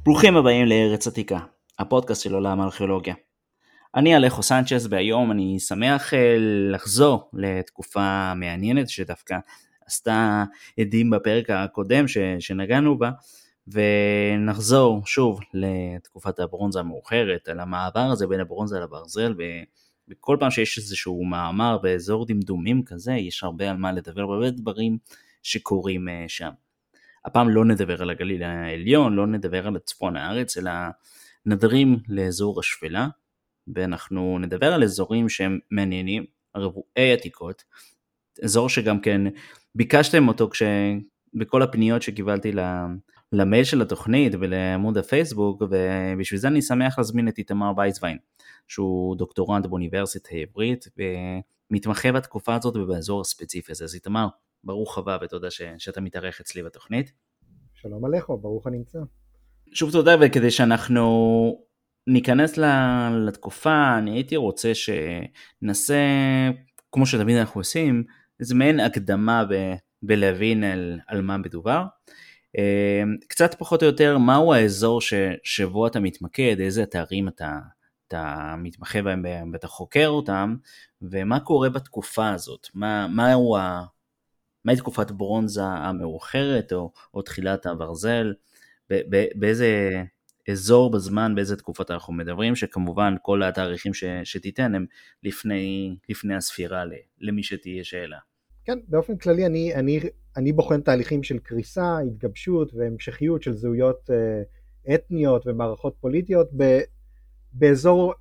ברוכים הבאים לארץ עתיקה, הפודקאסט של עולם הארכיאולוגיה. אני אלכו סנצ'ס, והיום אני שמח לחזור לתקופה מעניינת שדווקא עשתה עדים בפרק הקודם שנגענו בה, ונחזור שוב לתקופת הברונזה המאוחרת, על המעבר הזה בין הברונזה לברזל, וכל פעם שיש איזשהו מאמר באזור דמדומים כזה, יש הרבה על מה לדבר, הרבה דברים שקורים שם. הפעם לא נדבר על הגליל העליון, לא נדבר על צפון הארץ, אלא נדרים לאזור השפלה, ואנחנו נדבר על אזורים שהם מעניינים, רבועי עתיקות, אזור שגם כן ביקשתם אותו בכל הפניות שקיבלתי למייל של התוכנית ולעמוד הפייסבוק, ובשביל זה אני שמח להזמין את איתמר וייסווין, שהוא דוקטורנט באוניברסיטה העברית, ומתמחה בתקופה הזאת ובאזור הספציפי הזה. אז איתמר, ברוך הבא ותודה שאתה מתארח אצלי בתוכנית. שלום עליכו, ברוך הנמצא. שוב תודה, וכדי שאנחנו ניכנס לתקופה, אני הייתי רוצה שננסה, כמו שתמיד אנחנו עושים, איזה מעין הקדמה בלהבין על מה מדובר. קצת פחות או יותר, מהו האזור שבו אתה מתמקד, איזה אתרים אתה מתמחה בהם ואתה חוקר אותם, ומה קורה בתקופה הזאת, מהי תקופת ברונזה המאוחרת או תחילת הברזל, באיזה אזור בזמן, באיזה תקופות אנחנו מדברים, שכמובן כל התאריכים שתיתן הם לפני הספירה למי שתהיה שאלה. כן, באופן כללי אני בוחן תהליכים של קריסה, התגבשות והמשכיות של זהויות אתניות ומערכות פוליטיות באזור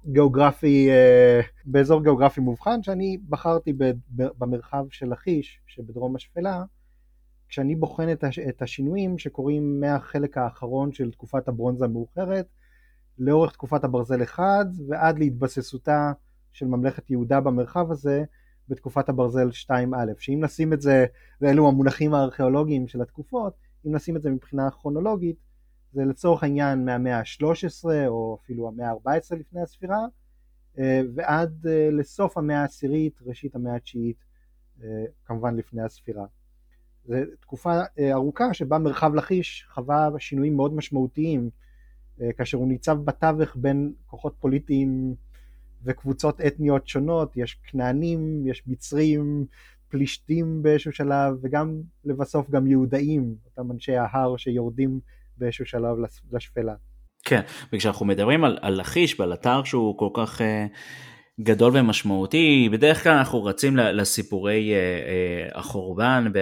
גיאוגרפי מובחן, שאני בחרתי במרחב של לכיש שבדרום השפלה, כשאני בוחן את השינויים שקורים מהחלק האחרון של תקופת הברונזה המאוחרת, לאורך תקופת הברזל 1 ועד להתבססותה של ממלכת יהודה במרחב הזה בתקופת הברזל 2א, שאם נשים את זה, ואלו המונחים הארכיאולוגיים של התקופות, אם נשים את זה מבחינה כרונולוגית, זה לצורך העניין מהמאה ה-13 או אפילו המאה ה-14 לפני הספירה, ועד לסוף המאה העשירית, ראשית המאה התשיעית, כמובן לפני הספירה. זו תקופה ארוכה שבה מרחב לכיש חווה שינויים מאוד משמעותיים, כאשר הוא ניצב בתווך בין כוחות פוליטיים וקבוצות אתניות שונות, יש כנענים, יש מצרים, פלישתים באיזשהו שלב, וגם לבסוף גם יהודאים, אותם אנשי ההר שיורדים באיזשהו שלב לשפלה. כן, וכשאנחנו מדברים על לכיש, ועל אתר שהוא כל כך גדול ומשמעותי, בדרך כלל אנחנו רצים לסיפורי החורבן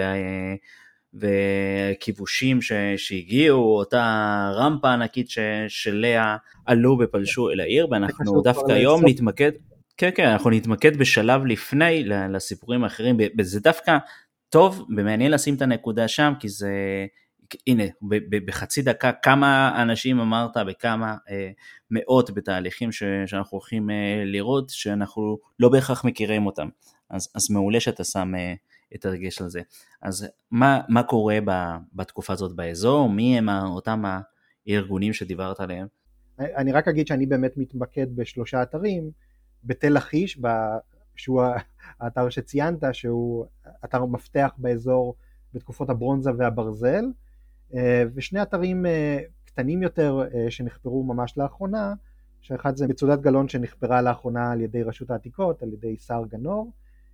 וכיבושים שהגיעו, אותה רמפה ענקית שליה עלו ופלשו אל העיר, ואנחנו דווקא היום נתמקד, כן, אנחנו נתמקד בשלב לפני לסיפורים האחרים, וזה דווקא טוב ומעניין לשים את הנקודה שם, כי זה, הנה, בחצי דקה כמה אנשים אמרת וכמה מאות בתהליכים שאנחנו הולכים לראות, שאנחנו לא בהכרח מכירים אותם, אז מעולה שאתה שם את הרגש לזה. אז מה קורה בתקופה הזאת באזור? מי הם אותם הארגונים שדיברת עליהם? אני רק אגיד שאני באמת מתמקד בשלושה אתרים, בתל לכיש, שהוא האתר שציינת, שהוא אתר מפתח באזור בתקופות הברונזה והברזל, ושני אתרים קטנים יותר שנחפרו ממש לאחרונה, שאחד זה מצודת גלון שנחפרה לאחרונה על ידי רשות העתיקות, על ידי שר גנור,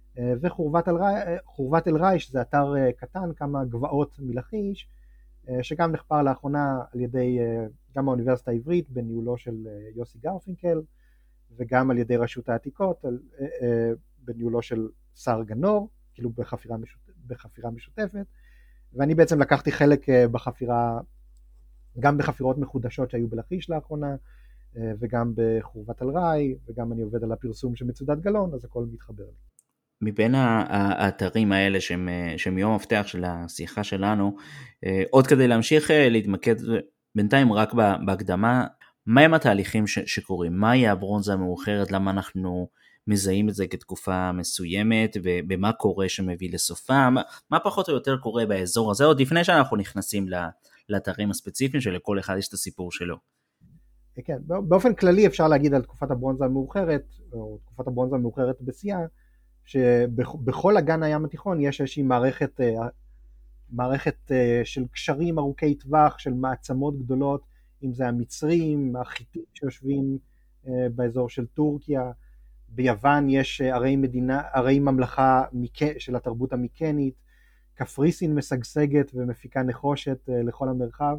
וחורבת אל רייש, זה אתר קטן, כמה גבעות מלכיש, שגם נחפר לאחרונה על ידי גם האוניברסיטה העברית, בניהולו של יוסי גרפינקל, וגם על ידי רשות העתיקות, בניהולו של שר גנור, כאילו בחפירה משותפת, ואני בעצם לקחתי חלק בחפירה, גם בחפירות מחודשות שהיו בלכיש לאחרונה, וגם בחורבת אל רי, וגם אני עובד על הפרסום של מצודת גלון, אז הכל מתחבר לי. מבין האתרים האלה שהם יום המפתח של השיחה שלנו, עוד כדי להמשיך להתמקד בינתיים רק בהקדמה, מהם התהליכים שקורים? מהי הברונזה המאוחרת? למה אנחנו מזהים את זה כתקופה מסוימת, ובמה קורה שמביא לסופה? מה פחות או יותר קורה באזור הזה, עוד לפני שאנחנו נכנסים לאתרים הספציפיים שלכל אחד יש את הסיפור שלו? כן, באופן כללי אפשר להגיד על תקופת הברונזה המאוחרת, או תקופת הברונזה המאוחרת בשיאה, שבכל אגן הים התיכון יש איזושהי מערכת של קשרים ארוכי טווח, של מעצמות גדולות אם זה המצרים, החיטים שיושבים באזור של טורקיה, ביוון יש ערי ממלכה של התרבות המיקנית, קפריסין משגשגת ומפיקה נחושת לכל המרחב,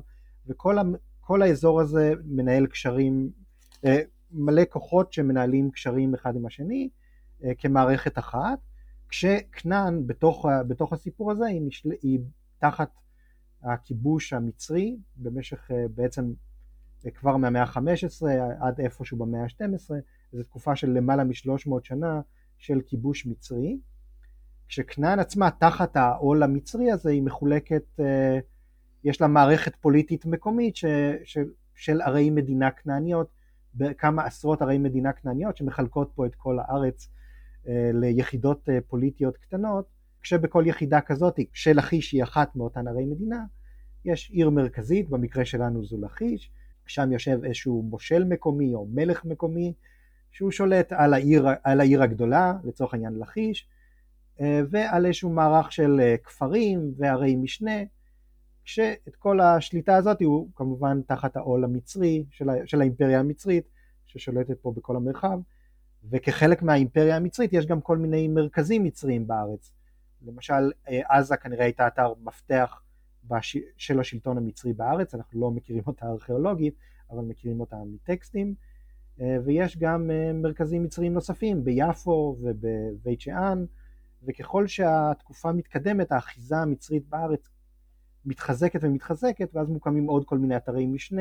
וכל האזור הזה מנהל קשרים, מלא כוחות שמנהלים קשרים אחד עם השני כמערכת אחת, כשכנען בתוך הסיפור הזה היא תחת הכיבוש המצרי במשך בעצם כבר מהמאה ה-15 עד איפשהו במאה ה-12, זו תקופה של למעלה מ-300 שנה של כיבוש מצרי, כשכנען עצמה תחת העול המצרי הזה היא מחולקת, יש לה מערכת פוליטית מקומית של ערי מדינה כנעניות, בכמה עשרות ערי מדינה כנעניות שמחלקות פה את כל הארץ ליחידות פוליטיות קטנות, כשבכל יחידה כזאת שלכיש היא אחת מאותן ערי מדינה, יש עיר מרכזית, במקרה שלנו זו לכיש, שם יושב איזשהו מושל מקומי או מלך מקומי, שהוא שולט על העיר הגדולה, לצורך העניין לכיש, ועל איזשהו מערך של כפרים וערי משנה, כשאת כל השליטה הזאת הוא כמובן תחת העול המצרי של האימפריה המצרית, ששולטת פה בכל המרחב, וכחלק מהאימפריה המצרית יש גם כל מיני מרכזים מצריים בארץ, למשל עזה כנראה הייתה אתר מפתח של השלטון המצרי בארץ, אנחנו לא מכירים אותה ארכיאולוגית, אבל מכירים אותה מטקסטים, ויש גם מרכזים מצריים נוספים ביפו ובבית שאן, וככל שהתקופה מתקדמת, האחיזה המצרית בארץ מתחזקת ומתחזקת, ואז מוקמים עוד כל מיני אתרי משנה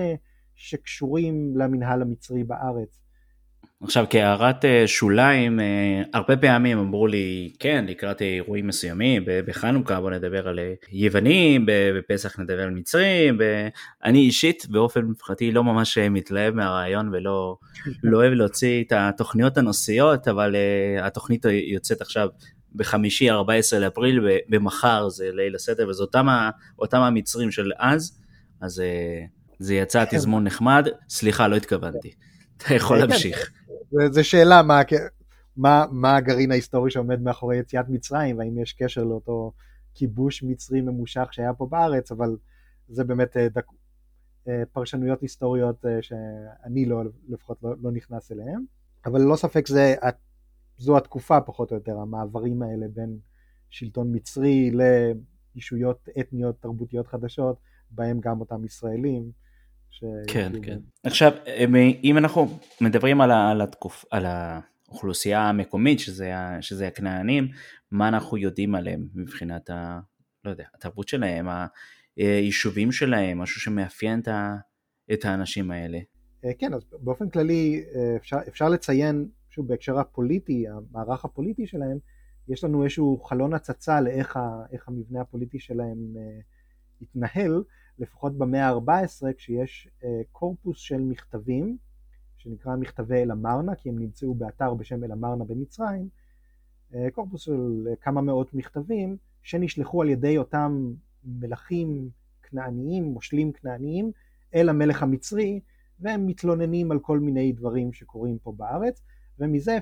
שקשורים למנהל המצרי בארץ. עכשיו כהערת שוליים, הרבה פעמים אמרו לי, כן, לקראת אירועים מסוימים, בחנוכה בוא נדבר על יוונים, בפסח נדבר על מצרים, אני אישית באופן פרטי לא ממש מתלהב מהרעיון, ולא אוהב להוציא את התוכניות הנושאיות, אבל התוכנית יוצאת עכשיו בחמישי 14 לאפריל, במחר זה ליל הסדר, וזה אותם המצרים של אז זה יצא תזמון נחמד, סליחה לא התכוונתי. אתה יכול להמשיך. זה שאלה מה הגרעין ההיסטורי שעומד מאחורי יציאת מצרים, והאם יש קשר לאותו כיבוש מצרי ממושך שהיה פה בארץ, אבל זה באמת פרשנויות היסטוריות שאני לפחות לא נכנס אליהן, אבל לא ספק זו התקופה פחות או יותר, המעברים האלה בין שלטון מצרי לישויות אתניות תרבותיות חדשות, בהם גם אותם ישראלים, כן, כן. עכשיו, אם אנחנו מדברים על האוכלוסייה המקומית, שזה הכנענים, מה אנחנו יודעים עליהם מבחינת לא יודע, התרבות שלהם, היישובים שלהם, משהו שמאפיין את האנשים האלה? כן, אז באופן כללי אפשר לציין, שוב בהקשר הפוליטי, המערך הפוליטי שלהם, יש לנו איזשהו חלון הצצה לאיך המבנה הפוליטי שלהם התנהל, לפחות במאה ה-14, כשיש קורפוס של מכתבים, שנקרא מכתבי אל אמרנה, כי הם נמצאו באתר בשם אל אמרנה במצרים, קורפוס של כמה מאות מכתבים, שנשלחו על ידי אותם מלכים כנעניים, מושלים כנעניים, אל המלך המצרי, והם מתלוננים על כל מיני דברים שקורים פה בארץ, ומזה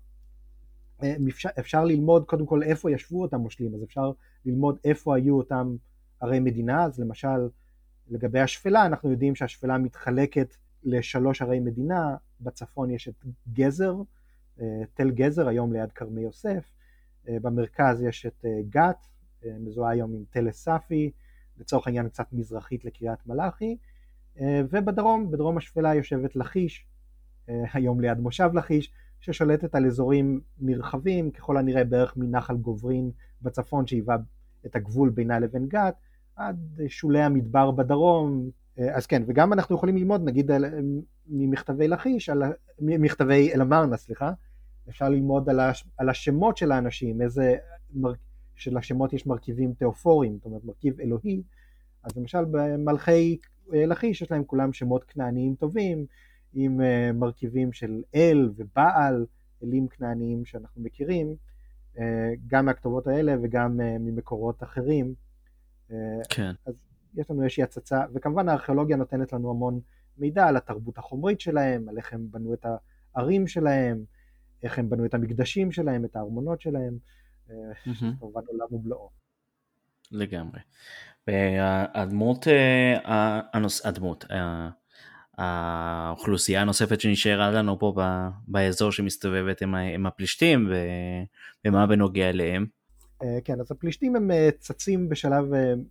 אפשר ללמוד קודם כל איפה ישבו אותם מושלים, אז אפשר ללמוד איפה היו אותם ערי מדינה. אז למשל לגבי השפלה, אנחנו יודעים שהשפלה מתחלקת לשלוש ערי מדינה, בצפון יש את גזר, תל גזר היום ליד כרמי יוסף, במרכז יש את גת, מזוהה היום עם תל אספי, לצורך העניין קצת מזרחית לקריית מלאכי, ובדרום, בדרום השפלה יושבת לכיש, היום ליד מושב לכיש, ששולטת על אזורים נרחבים, ככל הנראה בערך מנחל גוברין בצפון, שהיווה את הגבול בינה לבין גת, עד שולי המדבר בדרום. אז כן, וגם אנחנו יכולים ללמוד, נגיד, ממכתבי לכיש, מכתבי אל אמרנה, סליחה, אפשר ללמוד על השמות של האנשים, של השמות יש מרכיבים תיאופוריים, זאת אומרת מרכיב אלוהי, אז למשל במלכי לכיש יש להם כולם שמות כנעניים טובים, עם מרכיבים של אל ובעל, אלים כנעניים שאנחנו מכירים, גם מהכתובות האלה וגם ממקורות אחרים. כן. אז יש לנו איזושהי הצצה, וכמובן הארכיאולוגיה נותנת לנו המון מידע על התרבות החומרית שלהם, על איך הם בנו את הערים שלהם, איך הם בנו את המקדשים שלהם, את הארמונות שלהם, כמובן עולם ומלואו. לגמרי. האוכלוסייה הנוספת שנשארה לנו פה באזור שמסתובבת עם הפלישתים, ומה בנוגע אליהם? כן, אז הפלישתים הם צצים בשלב,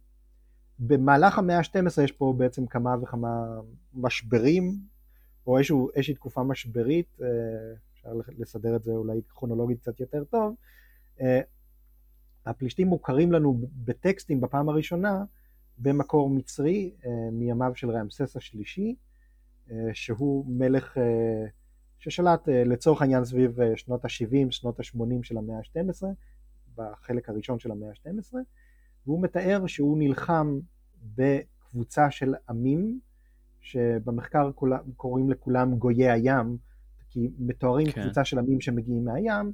במהלך המאה ה-12 יש פה בעצם כמה וכמה משברים, או איזושהי תקופה משברית, אפשר לסדר את זה אולי כרונולוגית קצת יותר טוב. הפלישתים מוכרים לנו בטקסטים בפעם הראשונה במקור מצרי, מימיו של רעמסס השלישי, שהוא מלך ששלט לצורך העניין סביב שנות ה-70, שנות ה-80 של המאה ה-12, בחלק הראשון של המאה ה-12, והוא מתאר שהוא נלחם בקבוצה של עמים, שבמחקר קוראים לכולם גויי הים, כי מתוארים קבוצה של עמים שמגיעים מהים,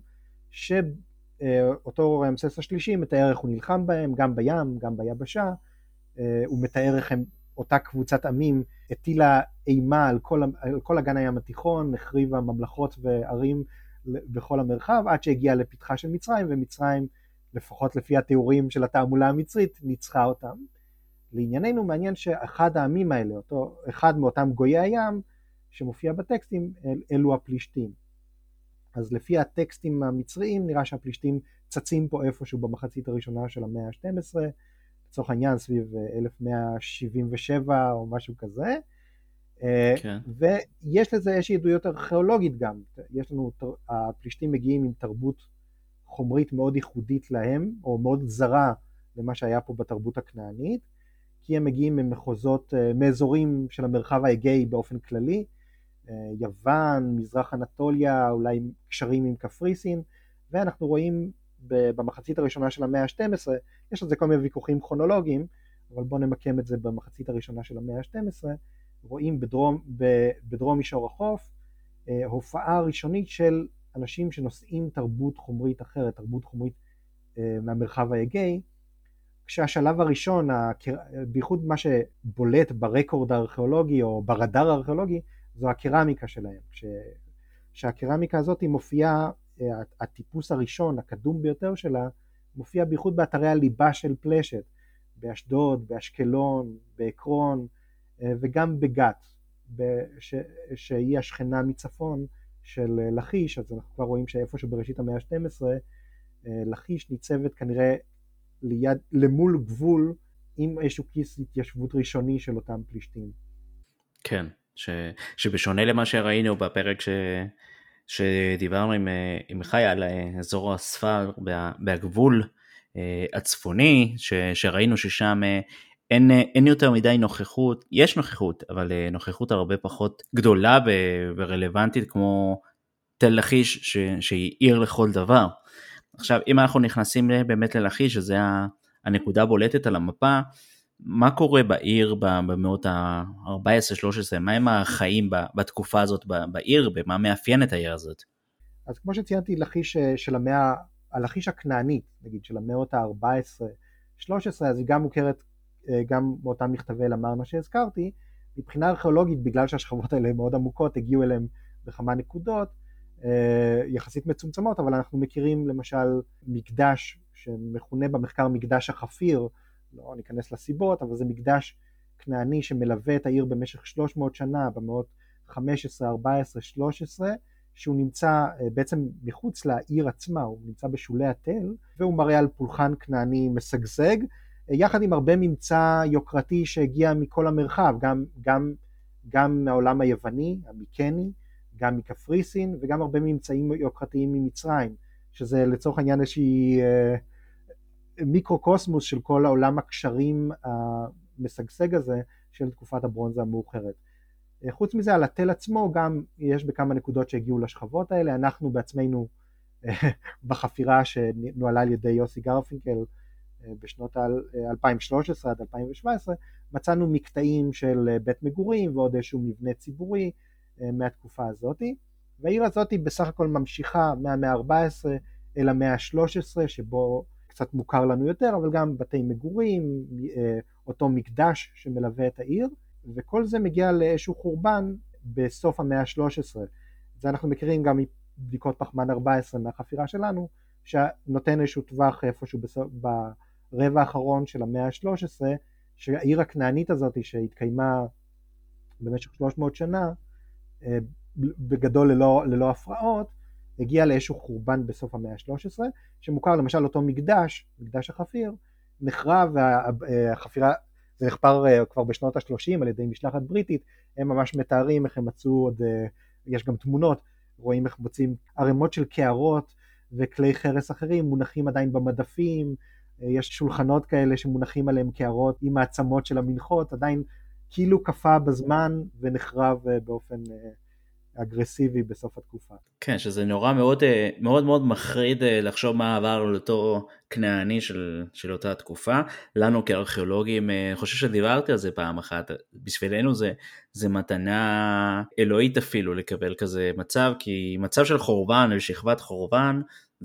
שאותו רעמסס השלישי מתאר איך הוא נלחם בהם, גם בים, גם ביבשה, הוא מתאר איך אותה קבוצת עמים הטילה אימה על כל אגן הים התיכון, החריבה ממלכות וערים בכל המרחב, עד שהגיעה לפתחה של מצרים, ומצרים, לפחות לפי התיאורים של התעמולה המצרית, ניצחה אותם. לענייננו מעניין שאחד העמים האלה, אחד מאותם גויי הים, שמופיע בטקסטים, אלו הפלישתים. אז לפי הטקסטים המצריים, נראה שהפלישתים צצים פה איפשהו במחצית הראשונה של המאה ה-12, לצורך העניין סביב 1177 או משהו כזה, כן. ויש לזה איזושהי עדויות ארכיאולוגית גם, יש לנו, הפלישתים מגיעים עם תרבות חומרית מאוד ייחודית להם, או מאוד זרה למה שהיה פה בתרבות הכנענית, כי הם מגיעים ממחוזות, מאזורים של המרחב האגאי באופן כללי, יוון, מזרח אנטוליה, אולי קשרים עם קפריסין, ואנחנו רואים במחצית הראשונה של המאה ה-12, יש לזה כל מיני ויכוחים כרונולוגיים, אבל בואו נמקם את זה במחצית הראשונה של המאה ה-12, רואים בדרום מישור החוף, הופעה ראשונית של אנשים שנושאים תרבות חומרית אחרת, תרבות חומרית מהמרחב האגאי, כשהשלב הראשון, בייחוד מה שבולט ברקורד הארכיאולוגי או ברדאר הארכיאולוגי, זו הקרמיקה שלהם. שהקרמיקה הזאת מופיעה, הטיפוס הראשון, הקדום ביותר שלה, מופיע בייחוד באתרי הליבה של פלשת, באשדוד, באשקלון, בעקרון, וגם בגת, שהיא השכנה מצפון של לכיש, אז אנחנו כבר רואים שאיפה שבראשית המאה ה-12, לכיש ניצבת כנראה למול גבול עם איזשהו כיס התיישבות ראשוני של אותם פלישתים. כן, שבשונה למה שראינו בפרק שדיברנו עם חיה על אזור הספר בגבול הצפוני, שראינו ששם אין יותר מדי נוכחות, יש נוכחות, אבל נוכחות הרבה פחות גדולה ורלוונטית כמו תל לכיש שהיא עיר לכל דבר. עכשיו, אם אנחנו נכנסים באמת ללכיש, שזה הנקודה בולטת על המפה, מה קורה בעיר במאות ה-14-13? מה הם החיים בתקופה הזאת בעיר, במה מאפיין את העיר הזאת? אז כמו שציינתי, לכיש של הלכיש הכנענית, נגיד, של המאות ה-14-13, אז היא גם מוכרת, גם מאותם מכתבי למרנה שהזכרתי, מבחינה ארכיאולוגית, בגלל שהשכבות האלה מאוד עמוקות, הגיעו אליהם בכמה נקודות, יחסית מצומצמות, אבל אנחנו מכירים למשל מקדש שמכונה במחקר מקדש החפיר, לא ניכנס לסיבות, אבל זה מקדש כנעני שמלווה את העיר במשך 300 שנה, במאות 15, 14, 13, שהוא נמצא בעצם מחוץ לעיר עצמה, הוא נמצא בשולי התל, והוא מראה על פולחן כנעני משגשג, יחד עם הרבה ממצא יוקרתי שהגיע מכל המרחב, גם מהעולם היווני, המיקני, גם מקפריסין, וגם הרבה ממצאים יוקרתיים ממצרים, שזה לצורך העניין איזושהי מיקרוקוסמוס של כל העולם הקשרים המשגשג הזה של תקופת הברונזה המאוחרת. חוץ מזה, על התל עצמו גם יש בכמה נקודות שהגיעו לשכבות האלה, אנחנו בעצמנו בחפירה שנוהלה על ידי יוסי גרפינקל בשנות 2013 עד 2017, מצאנו מקטעים של בית מגורים ועוד איזשהו מבנה ציבורי מהתקופה הזאת, והעיר הזאת בסך הכל ממשיכה מהמאה ה-14 אל המאה ה-13, שבו קצת מוכר לנו יותר, אבל גם בתי מגורים, אותו מקדש שמלווה את העיר, וכל זה מגיע לאיזשהו חורבן בסוף המאה ה-13. זה אנחנו מכירים גם מבדיקות פחמן 14 מהחפירה שלנו, שנותן איזשהו טווח איפשהו ברבע האחרון של המאה ה-13, שהעיר הכנענית הזאת שהתקיימה במשך 300 שנה, בגדול ללא הפרעות, הגיע לאיזשהו חורבן בסוף המאה ה-13, שמוכר למשל אותו מקדש החפיר, נחרב, והחפירה, זה נחפר כבר בשנות ה-30 על ידי משלחת בריטית, הם ממש מתארים איך הם מצאו עוד, יש גם תמונות, רואים איך מוצאים ערימות של קערות וכלי חרס אחרים, מונחים עדיין במדפים, יש שולחנות כאלה שמונחים עליהם קערות עם העצמות של המנחות, עדיין כאילו קפא בזמן ונחרב באופן אגרסיבי בסוף התקופה. כן, שזה נורא מאוד מאוד מאוד מחריד לחשוב מה עבר לאותו כנעני של אותה תקופה. לנו כארכיאולוגים, חושב שדיברתי על זה פעם אחת, בשבילנו זה מתנה אלוהית אפילו לקבל כזה מצב, כי מצב של חורבן ושכבת חורבן,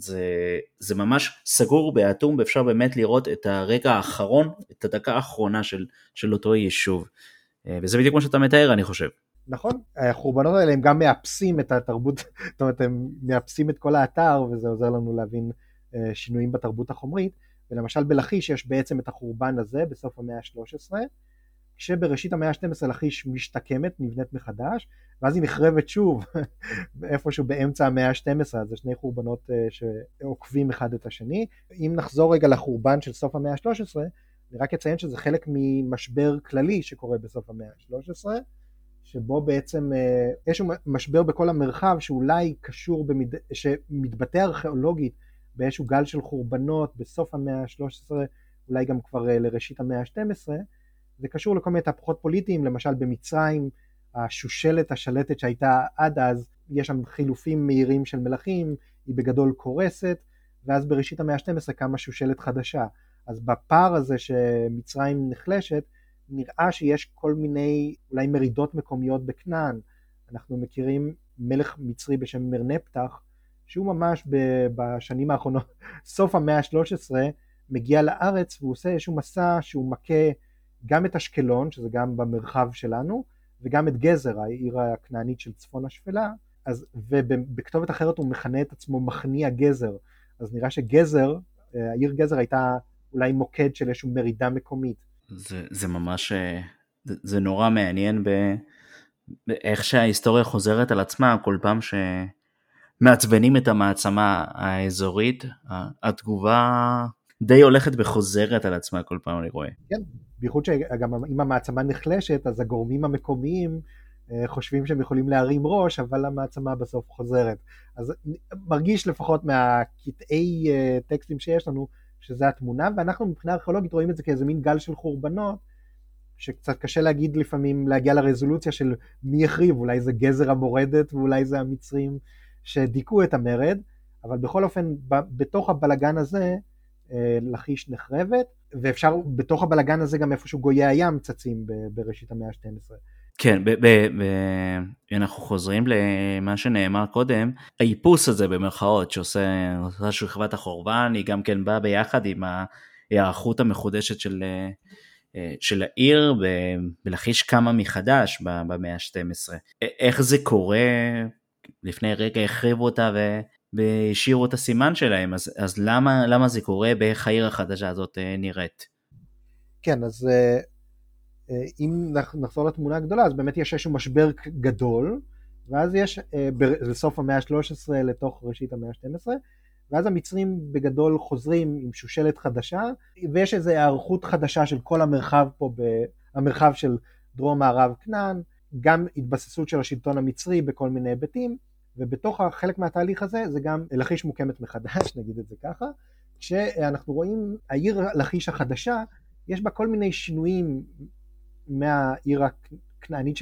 זה ממש סגור באטום, ואפשר באמת לראות את הרגע האחרון, את הדקה האחרונה של אותו יישוב. וזה בדיוק מה שאתה מתאר, אני חושב. נכון, החורבנות האלה הם גם מאפסים את התרבות, זאת אומרת הם מאפסים את כל האתר, וזה עוזר לנו להבין שינויים בתרבות החומרית, ולמשל בלכיש יש בעצם את החורבן הזה בסוף המאה ה-13, כשבראשית המאה ה-12 לכיש משתקמת, נבנית מחדש, ואז היא נחרבת שוב, איפשהו באמצע המאה ה-12, אז זה שני חורבנות שעוקבים אחד את השני. אם נחזור רגע לחורבן של סוף המאה ה-13, אני רק אציין שזה חלק ממשבר כללי שקורה בסוף המאה ה-13, שבו בעצם יש משבר בכל המרחב שאולי קשור, שמתבטא ארכיאולוגית באיזשהו גל של חורבנות בסוף המאה ה-13, אולי גם כבר לראשית המאה ה-12, זה קשור לכל מיני תהפוכות פוליטיים, למשל במצרים, השושלת השלטת שהייתה עד אז, יש שם חילופים מהירים של מלכים, היא בגדול קורסת, ואז בראשית המאה ה-12 קמה שושלת חדשה. אז בפער הזה שמצרים נחלשת, נראה שיש כל מיני אולי מרידות מקומיות בכנען. אנחנו מכירים מלך מצרי בשם מרנפתח, שהוא ממש בשנים האחרונות, סוף המאה ה-13, מגיע לארץ והוא עושה איזשהו מסע שהוא מכה גם את אשקלון, שזה גם במרחב שלנו, וגם את גזר, העיר הכנענית של צפון השפלה, ובכתובת אחרת הוא מכנה את עצמו מכניע גזר. אז נראה שגזר, העיר גזר הייתה אולי מוקד של איזשהו מרידה מקומית. זה ממש, זה נורא מעניין באיך שההיסטוריה חוזרת על עצמה, כל פעם שמעצבנים את המעצמה האזורית, התגובה די הולכת וחוזרת על עצמה כל פעם, אני רואה. כן, בייחוד שגם אם המעצמה נחלשת, אז הגורמים המקומיים חושבים שהם יכולים להרים ראש, אבל המעצמה בסוף חוזרת. אז מרגיש לפחות מהקטעי טקסטים שיש לנו, שזה התמונה, ואנחנו מבחינה ארכיאולוגית רואים את זה כאיזה מין גל של חורבנות, שקצת קשה להגיד לפעמים, להגיע לרזולוציה של מי יחריב, אולי זה גזר המורדת, ואולי זה המצרים שדיכאו את המרד, אבל בכל אופן, בתוך הבלגן הזה, לכיש נחרבת, ואפשר בתוך הבלגן הזה גם איפשהו גויי הים צצים בראשית המאה ה-12. כן, אנחנו חוזרים למה שנאמר קודם, האיפוס הזה במרכאות שעושה שכבת החורבן, היא גם כן באה ביחד עם ההיערכות המחודשת של העיר, ולכיש קמה מחדש במאה ה-12. איך זה קורה? לפני רגע החריבו אותה והשאירו את הסימן שלהם, אז למה זה קורה? באיך העיר החדשה הזאת נראית? כן, אז אם נחזור לתמונה הגדולה, אז באמת יש איזשהו משבר גדול, ואז יש בסוף המאה ה-13 לתוך ראשית המאה ה-12, ואז המצרים בגדול חוזרים עם שושלת חדשה, ויש איזו הערכות חדשה של כל המרחב פה, המרחב של דרום מערב כנען, גם התבססות של השלטון המצרי בכל מיני היבטים, ובתוך חלק מהתהליך הזה, זה גם לכיש מוקמת מחדש, נגיד את זה ככה, כשאנחנו רואים העיר לכיש החדשה, יש בה כל מיני שינויים מהעיר הכנענית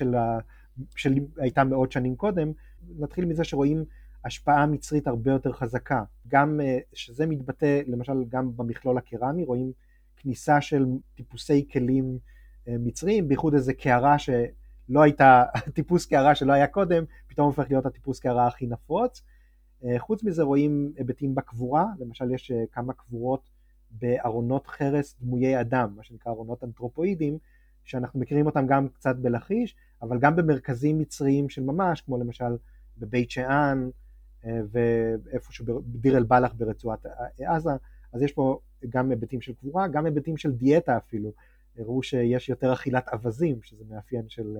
שלי הייתה מאות שנים קודם. נתחיל מזה שרואים השפעה מצרית הרבה יותר חזקה, גם שזה מתבטא למשל גם במכלול הקרמי, רואים כניסה של טיפוסי כלים מצריים, בייחוד איזה קערה שלא הייתה, טיפוס קערה שלא היה קודם, פתאום הופך להיות הטיפוס קערה הכי נפוץ. חוץ מזה רואים היבטים בקבורה, למשל יש כמה קבורות בארונות חרס דמויי אדם, מה שנקרא ארונות אנתרופואידים, שאנחנו מכירים אותם גם קצת בלכיש, אבל גם במרכזים מצריים של ממש, כמו למשל בבית שאן, ואיפשהו בדיר אל בלח ברצועת עזה, אז יש פה גם היבטים של קבורה, גם היבטים של דיאטה אפילו, הראו שיש יותר אכילת אבזים, שזה מאפיין של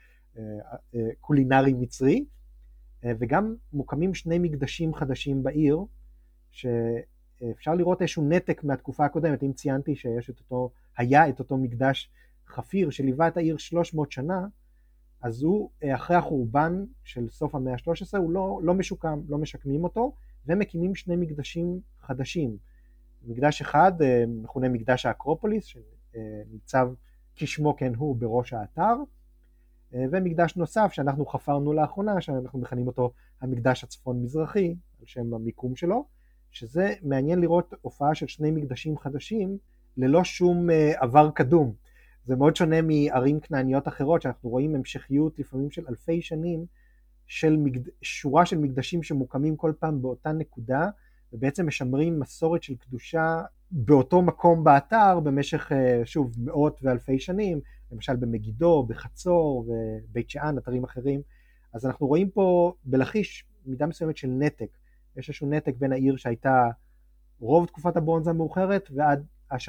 קולינרי מצרי, וגם מוקמים שני מקדשים חדשים בעיר, שאפשר לראות איזשהו נתק מהתקופה הקודמת. אם ציינתי היה את אותו מקדש חפיר שליווה את העיר 300 שנה, אז הוא אחרי החורבן של סוף המאה ה-13 הוא לא משוקם, לא משקמים אותו, ומקימים שני מקדשים חדשים. מקדש אחד מכונה מקדש האקרופוליס, שניצב כשמו כן הוא בראש האתר, ומקדש נוסף שאנחנו חפרנו לאחרונה, שאנחנו מכנים אותו המקדש הצפון מזרחי, על שם המיקום שלו, שזה מעניין לראות הופעה של שני מקדשים חדשים, ללא שום עבר קדום. זה מאוד שונה מערים כנעניות אחרות, שאנחנו רואים המשכיות לפעמים של אלפי שנים, של שורה של מקדשים שמוקמים כל פעם באותה נקודה, ובעצם משמרים מסורת של קדושה באותו מקום באתר, במשך שוב מאות ואלפי שנים, למשל במגידו, בחצור ובית שאן, אתרים אחרים. אז אנחנו רואים פה בלכיש מידה מסוימת של נתק. יש איזשהו נתק בין העיר שהייתה רוב תקופת הברונזה המאוחרת, ועד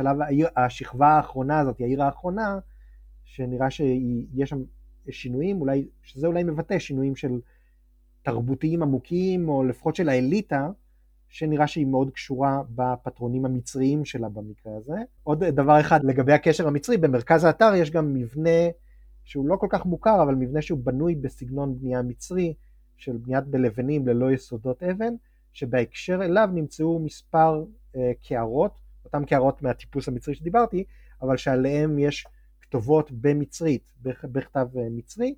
השכבה האחרונה הזאת, העיר האחרונה, שנראה שיש שם שינויים, שזה אולי מבטא שינויים של תרבותיים עמוקים, או לפחות של האליטה, שנראה שהיא מאוד קשורה בפטרונים המצריים שלה במקרה הזה. עוד דבר אחד לגבי הקשר המצרי, במרכז האתר יש גם מבנה שהוא לא כל כך מוכר, אבל מבנה שהוא בנוי בסגנון בנייה מצרי, של בניית בלבנים ללא יסודות אבן, שבהקשר אליו נמצאו מספר קערות, אותם קערות מהטיפוס המצרי שדיברתי, אבל שעליהם יש כתובות במצרית, בכתב מצרי,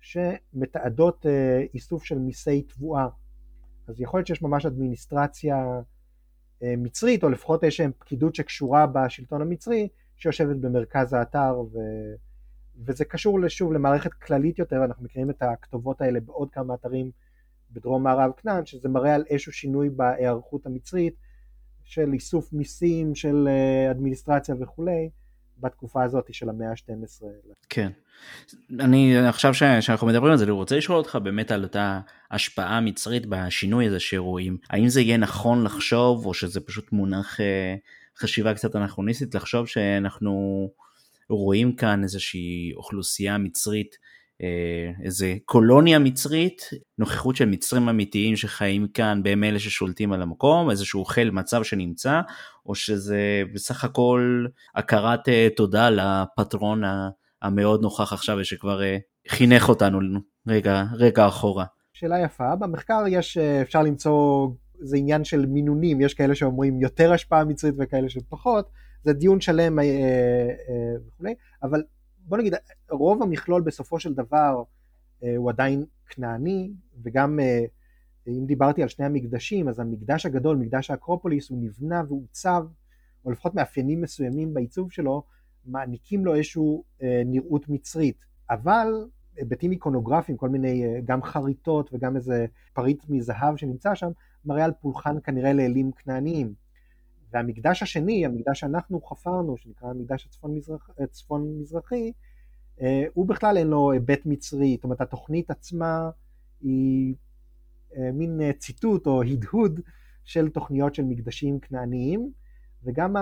שמתעדות איסוף של מיסי תבואה. אז יכול להיות שיש ממש אדמיניסטרציה מצרית, או לפחות יש פקידות שקשורה בשלטון המצרי, שיושבת במרכז האתר, וזה קשור שוב למערכת כללית יותר. אנחנו מכירים את הכתובות האלה בעוד כמה אתרים בדרום מערב כנען, שזה מראה על איזשהו שינוי בהיערכות המצרית, של איסוף מיסים, של אדמיניסטרציה וכולי, בתקופה הזאת של המאה ה-12. כן. אני עכשיו שאנחנו מדברים על זה, אני רוצה לשאול אותך באמת על אותה השפעה מצרית בשינוי הזה שרואים. האם זה יהיה נכון לחשוב, או שזה פשוט מונח חשיבה קצת אנכרוניסטית, לחשוב שאנחנו רואים כאן איזושהי אוכלוסייה מצרית, איזה קולוניה מצרית, נוכחות של מצרים אמיתיים שחיים כאן, בהם אלה ששולטים על המקום, איזשהו חיל מצב שנמצא, או שזה בסך הכל הכרת תודה לפטרון המאוד נוכח עכשיו, ושכבר חינך אותנו רגע אחורה. שאלה יפה, במחקר אפשר למצוא, זה עניין של מינונים, יש כאלה שאומרים יותר השפעה מצרית וכאלה שפחות, זה דיון שלם וכולי, אבל בוא נגיד, רוב המכלול בסופו של דבר הוא עדיין כנעני, וגם אם דיברתי על שני המקדשים, אז המקדש הגדול, מקדש האקרופוליס, הוא נבנה ועוצב, או לפחות מאפיינים מסוימים בעיצוב שלו, מעניקים לו איזשהו נראות מצרית, אבל היבטים איקונוגרפיים, כל מיני גם חריטות וגם איזה פריט מזהב שנמצא שם, מראה על פולחן כנראה לאלים כנעניים. והמקדש השני, המקדש שאנחנו חפרנו, שנקרא המקדש הצפון מזרחי, הוא בכלל אין לו היבט מצרי, זאת אומרת התוכנית עצמה היא מין ציטוט או הדהוד של תוכניות של מקדשים כנעניים, וגם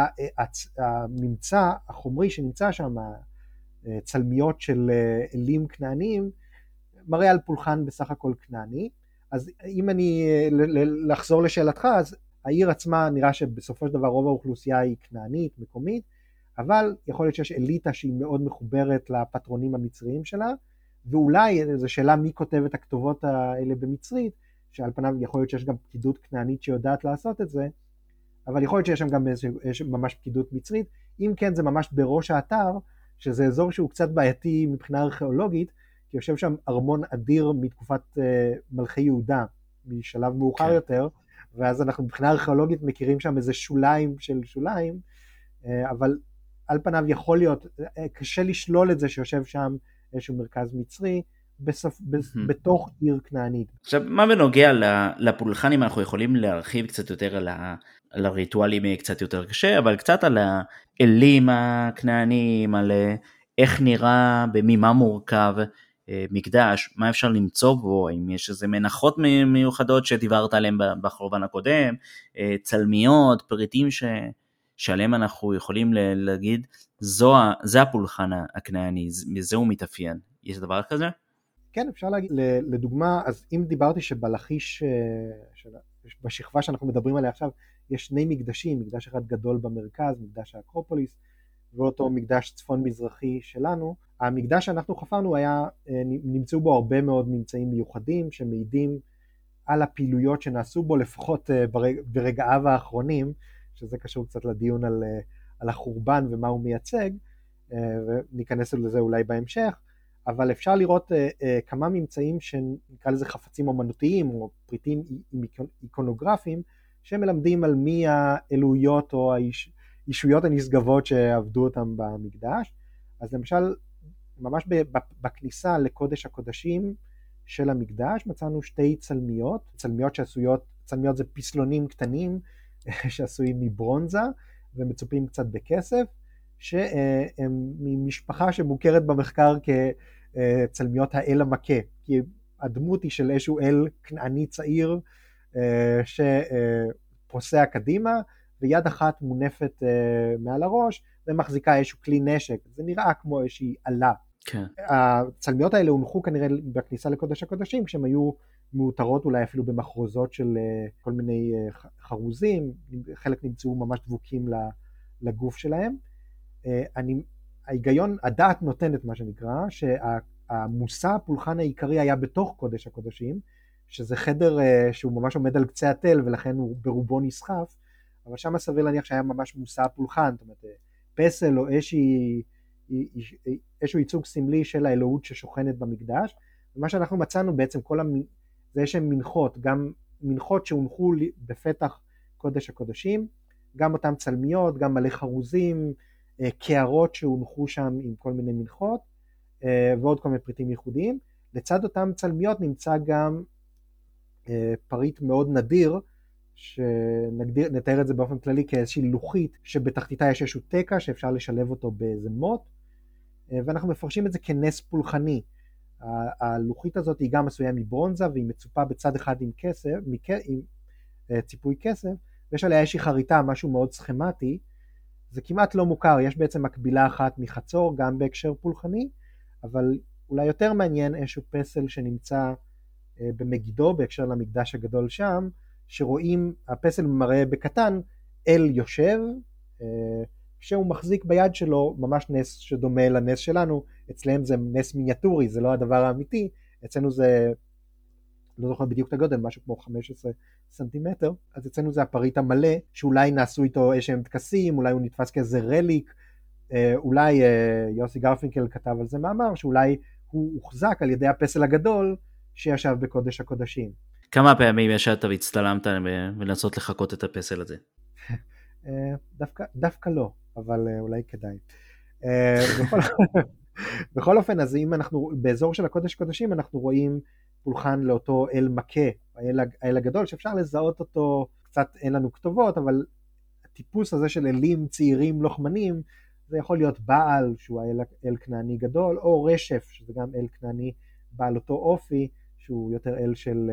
הממצא החומרי שנמצא שם, צלמיות של אלים כנעניים, מראה על פולחן בסך הכל כנעני. אז אם אני לחזור לשאלתך, אז העיר עצמה נראה שבסופו של דבר רוב האוכלוסייה היא כנענית, מקומית, אבל יכול להיות שיש אליטה שהיא מאוד מחוברת לפטרונים המצריים שלה, ואולי זו שאלה מי כותב את הכתובות האלה במצרית, שעל פניו יכול להיות שיש גם פקידות כנענית שיודעת לעשות את זה, אבל יכול להיות שיש שם גם ממש פקידות מצרית. אם כן, זה ממש בראש האתר, שזה אזור שהוא קצת בעייתי מבחינה ארכיאולוגית, כי יושב שם ארמון אדיר מתקופת מלכי יהודה, משלב מאוחר יותר, ואז אנחנו מבחינה ארכיאולוגית מכירים שם איזה שוליים של שוליים, אבל על פניו יכול להיות, קשה לשלול את זה שיושב שם איזשהו מרכז מצרי, בתוך עיר כנענית. עכשיו, מה בנוגע לפולחנים, אנחנו יכולים להרחיב קצת יותר על הריטואלים קצת יותר קשה, אבל קצת על האלים הכנעניים, על איך נראה, ממה מורכב מקדש, מה אפשר למצוא בו, האם יש איזה מנחות מיוחדות שדיברת עליהן בחורבן הקודם, צלמיות, פריטים שעליהם אנחנו יכולים להגיד, זה הפולחן הכנעני, מזה הוא מתאפיין. יש דבר כזה? כן, אפשר להגיד, לדוגמה, אז אם דיברתי שבלכיש, בשכבה שאנחנו מדברים עליה עכשיו, יש שני מקדשים, מקדש אחד גדול במרכז, מקדש האקרופוליס, ואותו מקדש צפון מזרחי שלנו. המקדש שאנחנו חפרנו נמצאו בו הרבה מאוד ממצאים מיוחדים, שמעידים על הפעילויות שנעשו בו, לפחות ברגעיו האחרונים, שזה קשור קצת לדיון על החורבן ומה הוא מייצג, וניכנס לזה אולי בהמשך, אבל אפשר לראות כמה ממצאים שנקרא לזה חפצים אומנותיים, או פריטים איקונוגרפיים, שמלמדים על מי האלוהיות או הישויות הנשגבות שעבדו אותם במקדש. אז למשל, ממש בכניסה לקודש הקודשים של המקדש, מצאנו שתי צלמיות שעשויות, צלמיות זה פסלונים קטנים, שעשויים מברונזה, ומצופים קצת בכסף, שהם ממשפחה שמוכרת במחקר כצלמיות האל המכה, כי הדמות היא של איזשהו אל כנעני צעיר, שפוסע קדימה, ויד אחת מונפת מעל הראש, ומחזיקה איזשהו כלי נשק, זה נראה כמו איזושהי עלה. כן. הצלמיות האלה הונחו כנראה בכניסה לקודש הקודשים, כשהם היו מאותרות אולי אפילו במחרוזות של כל מיני חרוזים, חלק נמצאו ממש דבוקים לגוף שלהם. ההיגיון, הדעת נותנת מה שנקרא, שהמושא הפולחן העיקרי היה בתוך קודש הקודשים, שזה חדר שהוא ממש עומד על קצה התל, ולכן הוא ברובו נסחף, אבל שם סביר להניח שהיה ממש מושא הפולחן, זאת אומרת, פסל או איזשהו ייצוג סמלי של האלוהות ששוכנת במקדש, ומה שאנחנו מצאנו בעצם זה שהן מנחות, גם מנחות שהונחו בפתח קודש הקודשים, גם אותם צלמיות, גם מלא חרוזים, קערות שהונחו שם עם כל מיני מנחות, ועוד כל מיני פריטים ייחודיים. לצד אותם צלמיות נמצא גם פריט מאוד נדיר, שנתאר את זה באופן כללי כאיזושהי לוחית, שבתחתיתה יש איזשהו תקע שאפשר לשלב אותו באיזה מוט, ואנחנו מפרשים את זה כנס פולחני. הלוחית הזאת היא גם עשויה מברונזה, והיא מצופה בצד אחד עם כסף, עם ציפוי כסף, ויש עליה איזושהי חריטה, משהו מאוד סכמטי, זה כמעט לא מוכר, יש בעצם מקבילה אחת מחצור, גם בהקשר פולחני, אבל אולי יותר מעניין איזשהו פסל שנמצא במגידו, בהקשר למקדש הגדול שם, שרואים, הפסל מראה בקטן, אל יושב, שהוא מחזיק ביד שלו ממש נס שדומה לנס שלנו, אצלם זה נס מיניאטורי, זה לא הדבר האמיתי, אצלנו זה, לא זוכר בדיוק את הגודל, משהו כמו 15 סנטימטר, אז אצלנו זה הפריט המלא, שאולי נעשו איתו איזשהם תקסים, אולי הוא נתפס כאיזה רליק, אולי יוסי גרפינקל כתב על זה מאמר, שאולי הוא הוחזק על ידי הפסל הגדול, שישב בקודש הקודשים. כמה פעמים ישבת והצטלמת ולנסות לחקות את הפסל הזה? דווקא לא, אבל אולי כדאי. בכל אופן, אז אם אנחנו באזור של הקודש קודשים, אנחנו רואים פולחן לאותו אל מכה, האל הגדול, שאפשר לזהות אותו, קצת אין לנו כתובות, אבל הטיפוס הזה של אלים צעירים לוחמנים, זה יכול להיות בעל, שהוא אל כנעני גדול, או רשף, שזה גם אל כנעני בעל אותו אופי, שהוא יותר אל של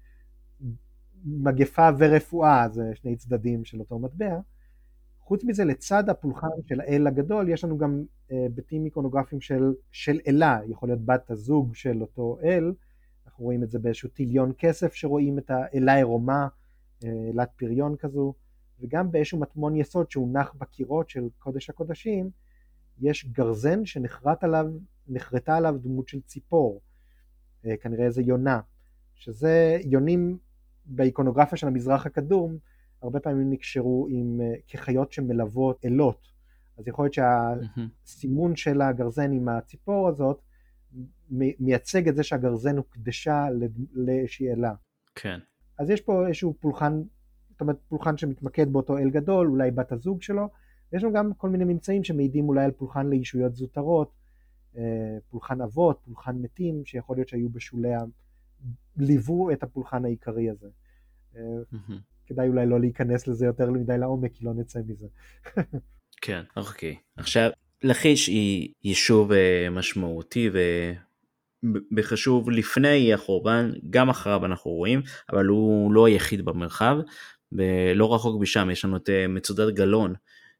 מגפה ורפואה, זה שני צדדים של אותו מטבע. חוץ מזה, לצד הפולחן של האל הגדול, יש לנו גם ביטים איקונוגרפיים של אלה, יכול להיות בת הזוג של אותו אל, אנחנו רואים את זה באיזשהו טיליון כסף, שרואים את האלה עירומה, אלת פריון כזו, וגם באיזשהו מטמון יסוד שהונח בקירות של קודש הקודשים, יש גרזן שנחרטה עליו דמות של ציפור, כנראה איזה יונה, שזה יונים באיקונוגרפיה של המזרח הקדום, הרבה פעמים נקשרו כחיות שמלוות אלות, אז יכול להיות שהסימון של הגרזן עם הציפור הזאת, מייצג את זה שהגרזן הוקדשה לאיזושהי אלה. כן. אז יש פה איזשהו פולחן, זאת אומרת פולחן שמתמקד באותו אל גדול, אולי בת הזוג שלו, ויש לנו גם כל מיני ממצאים שמעידים אולי על פולחן לישויות זוטרות, פולחן אבות, פולחן מתים, שיכול להיות שהיו בשוליה, ליוו את הפולחן העיקרי הזה. כדאי אולי לא להיכנס לזה יותר מדי לעומק, כי לא נצא מזה. כן, אוקיי. עכשיו, לכיש היא יישוב משמעותי וחשוב לפני החורבן, גם אחריו אנחנו רואים, אבל הוא לא היחיד במרחב, ולא רחוק משם יש לנו את מצודת גלון,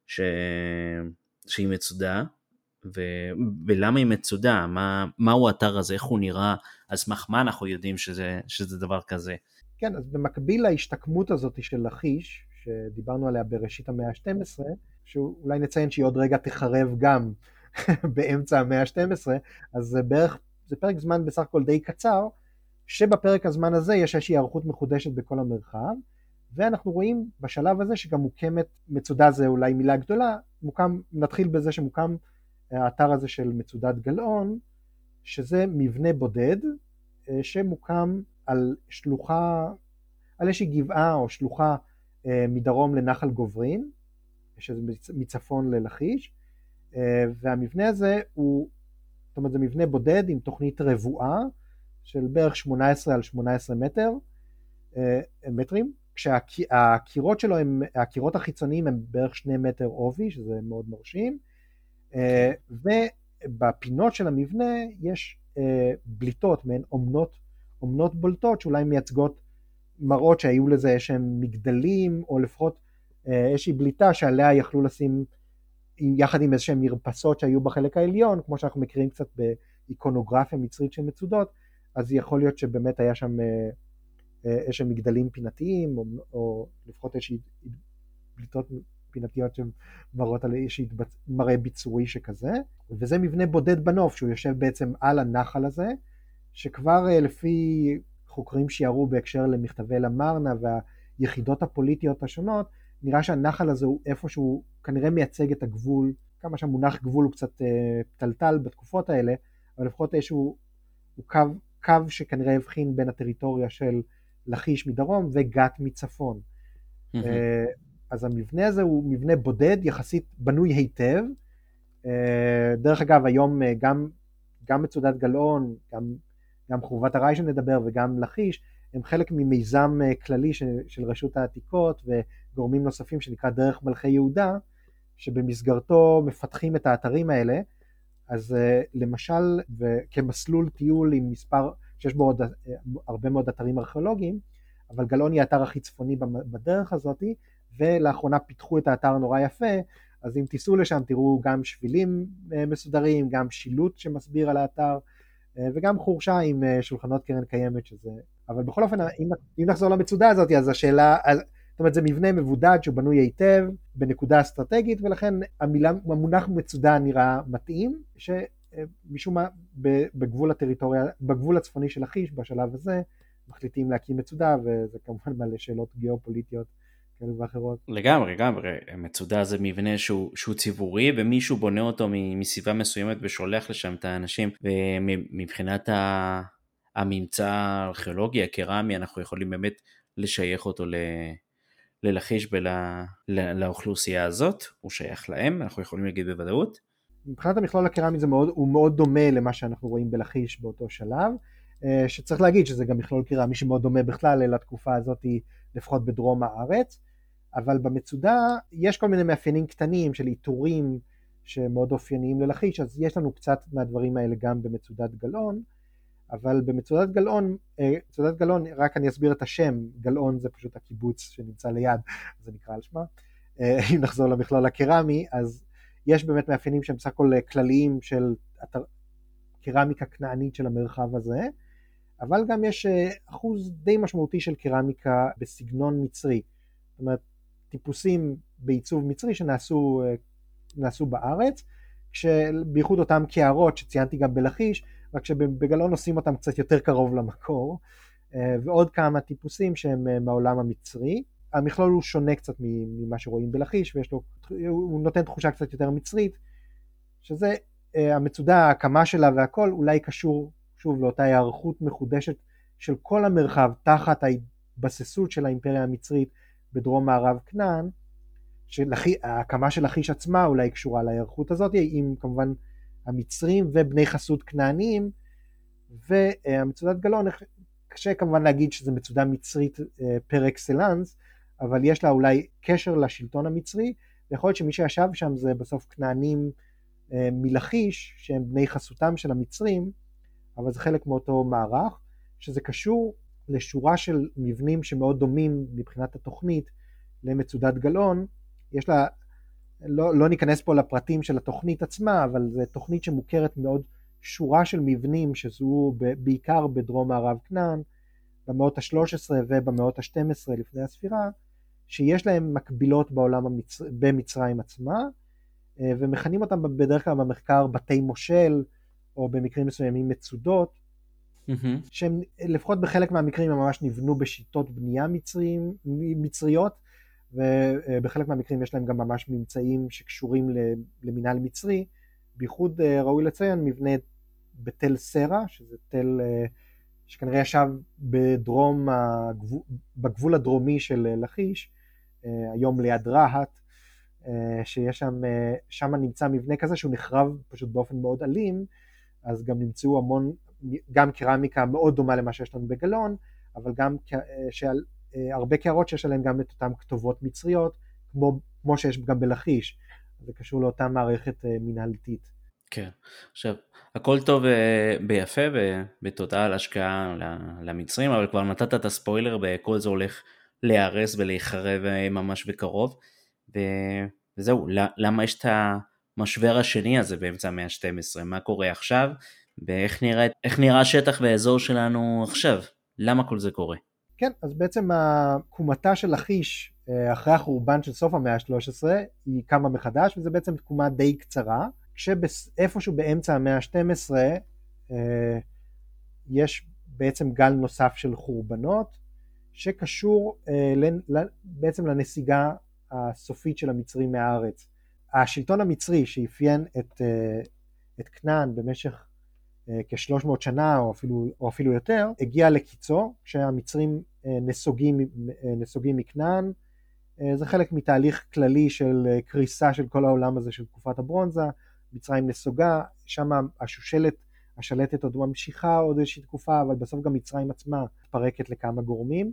ש... שהיא מצודה, ולמה היא מצודה, מהו האתר הזה, איך הוא נראה, על סמך מה אנחנו יודעים שזה דבר כזה. כן, אז במקביל להשתקמות הזאת של לכיש, שדיברנו עליה בראשית המאה ה-12, שאולי נציין שהיא עוד רגע תחרב גם באמצע המאה ה-12, אז זה פרק זמן בסך הכל די קצר, שבפרק הזמן הזה יש איזושהי היערכות מחודשת בכל המרחב, ואנחנו רואים בשלב הזה שגם מוקמת, מצודה זה אולי מילה גדולה, נתחיל בזה שמוקם האתר הזה של מצודת גלאון, שזה מבנה בודד, שמוקם על שלוחה, על איזושהי גבעה או שלוחה מדרום לנחל גוברין, שזה מצפון ללכיש, והמבנה הזה הוא, זאת אומרת זה מבנה בודד עם תוכנית רבועה, של בערך 18 על 18 מטרים, כשהקירות שלו, הקירות החיצוניים הם בערך 2 מטר עובי, שזה מאוד מרשים, ובפינות של המבנה יש בליטות, מעין אומנות בולטות, שאולי מייצגות מראות שהיו לזה איזשהם מגדלים, או לפחות איזושהי בליטה שעליה יכלו לשים, יחד עם איזשהם מרפסות שהיו בחלק העליון, כמו שאנחנו מכירים קצת באיקונוגרפיה מצרית של מצודות, אז יכול להיות שבאמת היה שם איזשהם מגדלים פינתיים, או לפחות איזושהי בליטות פינתיות שמראות על איזושהי מראה ביצורי שכזה, וזה מבנה בודד בנוף, שהוא יושב בעצם על הנחל הזה, שכבר לפי חוקרים שיערו בהקשר למכתבי למרנה והיחידות הפוליטיות השונות, נראה שהנחל הזה הוא איפשהו כנראה מייצג את הגבול, כמה שהמונח גבול הוא קצת טלטל בתקופות האלה, אבל לפחות איזשהו הוא קו שכנראה הבחין בין הטריטוריה של לכיש מדרום וגת מצפון. אז המבנה הזה הוא מבנה בודד, יחסית בנוי היטב. דרך אגב, היום גם מצודת גלאון, גם חורבת הרי שנדבר וגם לכיש, הם חלק ממיזם כללי של רשות העתיקות וגורמים נוספים שנקרא דרך מלכי יהודה, שבמסגרתו מפתחים את האתרים האלה. אז למשל, כמסלול טיול עם מספר, שיש בו עוד הרבה מאוד אתרים ארכיאולוגיים, אבל גלאון היא האתר הכי צפוני בדרך הזאת, ולאחרונה פיתחו את האתר נורא יפה, אז אם תיסעו לשם תראו גם שבילים מסודרים, גם שילוט שמסביר על האתר, וגם חורשה עם שולחנות קרן קיימת שזה, אבל בכל אופן, אם נחזור למצודה הזאת, אז השאלה, זאת אומרת, זה מבנה מבודד שהוא בנוי היטב, בנקודה אסטרטגית, ולכן המונח מצודה נראה מתאים, שמשום מה בגבול הטריטוריה, בגבול הצפוני של לכיש, בשלב הזה, מחליטים להקים מצודה, וזה כמובן מלא שאלות גיאופוליטיות כאלה ואחרות. לגמרי, מצודה זה מבנה שהוא ציבורי, ומישהו בונה אותו מסביבה מסוימת ושולח לשם את האנשים, ומבחינת הממצא הארכיאולוגי, הקרמי, אנחנו יכולים באמת לשייך אותו ללכיש ולאוכלוסייה הזאת, הוא שייך להם, אנחנו יכולים להגיד בוודאות. מבחינת המכלול הקרמי הוא מאוד דומה למה שאנחנו רואים בלכיש באותו שלב, שצריך להגיד שזה גם מכלול קרמי שמאוד דומה בכלל לתקופה הזאת, לפחות בדרום הארץ, אבל במצודה יש כל מיני מאפיינים קטנים של איתורים שמאוד אופייניים ללכיש, אז יש לנו קצת מהדברים האלה גם במצודת גלאון, אבל במצודת גלאון, רק אני אסביר את השם, גלאון זה פשוט הקיבוץ שנמצא ליד, זה נקרא על שמה, אם נחזור למכלול הקרמי, אז יש באמת מאפיינים שהם בסך הכל כלליים של קרמיקה כנענית של המרחב הזה, אבל גם יש אחוז די משמעותי של קרמיקה בסגנון מצרי, זאת אומרת, טיפוסים בעיצוב מצרי שנעשו בארץ, בייחוד אותם קערות שציינתי גם בלכיש, רק שבגלאון עושים אותם קצת יותר קרוב למקור, ועוד כמה טיפוסים שהם מהעולם המצרי. המכלול הוא שונה קצת ממה שרואים בלכיש, הוא נותן תחושה קצת יותר מצרית, שזה המצודה, ההקמה שלה והכל, אולי קשור שוב לאותה היערכות מחודשת של כל המרחב, תחת ההתבססות של האימפריה המצרית בדרום מערב כנען, ההקמה של לכיש עצמה אולי קשורה להיערכות הזאת, עם כמובן המצרים ובני חסות כנעניים, והמצודת גלאון, קשה כמובן להגיד שזה מצודה מצרית פר אקסלנס, אבל יש לה אולי קשר לשלטון המצרי, ויכול להיות שמי שישב שם זה בסוף כנענים מלכיש, שהם בני חסותם של המצרים, אבל זה חלק מאותו מערך, שזה קשור לשורה של מבנים שמאוד דומים מבחינת התוכנית למצודת גלאון. יש לה לא ניכנס פה לפרטים של התוכנית עצמה, אבל זו תוכנית שמוכרת מאוד, שורה של מבנים שזוהו בעיקר בדרום מערב כנען, במאות ה-13 ובמאות ה-12 לפני הספירה, שיש להם מקבילות במצרים עצמה, ומכנים אותם בדרך כלל במחקר בתי מושל, או במקרים מסוימים מצודות, שהם לפחות בחלק מהמקרים הם ממש נבנו בשיטות בנייה מצריות, ובחלק מהמקרים יש להם גם ממש ממצאים שקשורים למינהל מצרי, בייחוד ראוי לציין מבנה בתל סרה, שזה תל שכנראה ישב בגבול הדרומי של לכיש, היום ליד רהט, שיש שם נמצא מבנה כזה שהוא נחרב פשוט באופן מאוד אלים, אז גם נמצאו המון, גם קרמיקה מאוד דומה למה שיש לנו בגלון, אבל גם הרבה קערות שיש עליהן גם את אותן כתובות מצריות, כמו שיש גם בלכיש, זה קשור לאותה מערכת מנהלתית. כן, עכשיו, הכל טוב ביפה ובתודה על השקעה למצרים, אבל כבר נתת את הספוילר, וכל זה הולך להיהרס ולהיחרב ממש בקרוב, וזהו, למה יש את המשבר השני הזה באמצע המאה ה-12, מה קורה עכשיו, ואיך נראה השטח והאזור שלנו עכשיו, למה כל זה קורה? כן, אז בעצם תקומתה של לכיש אחרי החורבן של סוף המאה ה-13 היא קמה מחדש, וזה בעצם תקומה די קצרה, כשאיפשהו באמצע המאה ה-12 יש בעצם גל נוסף של חורבנות, שקשור בעצם לנסיגה הסופית של המצרים מהארץ. השלטון המצרי שאפיין את כנען במשך כ-300 שנה או אפילו יותר, הגיע לקיצו, כשהמצרים נסוגים מכנען. זה חלק מתהליך כללי של קריסה של כל העולם הזה של תקופת הברונזה. מצרים נסוגה, שם השלטת עוד ממשיכה עוד איזושהי תקופה, אבל בסוף גם מצרים עצמה פרקת לכמה גורמים.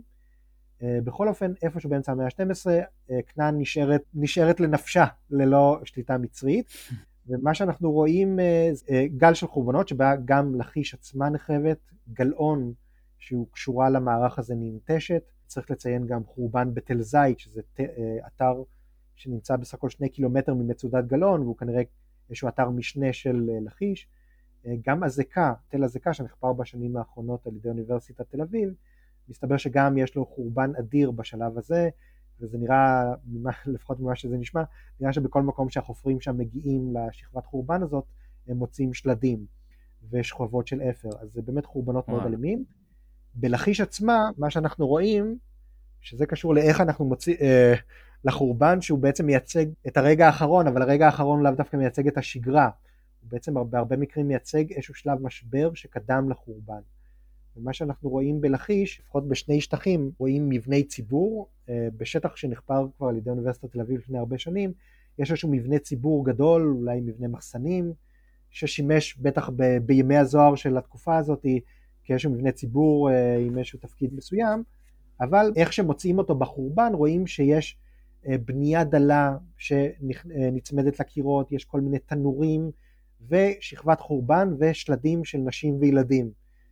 בכל אופן, איפשהו באמצע המאה ה-12, כנען נשארת לנפשה ללא שליטה מצרית, ומה שאנחנו רואים גל של חורבנות, שבה גם לכיש עצמה נחרבת, גלעון שהוא קשורה למערך הזה ננטשת, צריך לציין גם חורבן בתל זית, שזה אתר שנמצא בסך הכל 2 קילומטר ממצודת גלעון, והוא כנראה איזשהו אתר משנה של לכיש. גם הזקה, תל הזקה שנחפר בשנים האחרונות על ידי אוניברסיטת תל אביב, מסתבר שגם יש לו חורבן אדיר בשלב הזה, וזה נראה, לפחות ממה שזה נשמע, נראה שבכל מקום שהחופרים שם מגיעים לשכבת חורבן הזאת, הם מוצאים שלדים ושכבות של אפר, אז זה באמת חורבנות מאוד אלימים. בלכיש עצמה, מה שאנחנו רואים, שזה קשור לאיך אנחנו מוצאים, לחורבן שהוא בעצם מייצג את הרגע האחרון, אבל הרגע האחרון לאו דווקא מייצג את השגרה, הוא בעצם בהרבה מקרים מייצג איזשהו שלב משבר שקדם לחורבן. ומה שאנחנו רואים בלכיש, לפחות בשני שטחים, רואים מבני ציבור, בשטח שנחפר כבר על ידי אוניברסיטת תל אביב לפני הרבה שנים, יש איזשהו מבנה ציבור גדול, אולי מבנה מחסנים, ששימש בטח בימי הזוהר של התקופה הזאת, כאיזשהו מבנה ציבור עם איזשהו תפקיד מסוים, אבל איך שמוצאים אותו בחורבן, רואים שיש בנייה דלה שנצמדת לקירות, יש כל מיני תנורים, ושכבת חורבן ושלדים של נשים וילדים.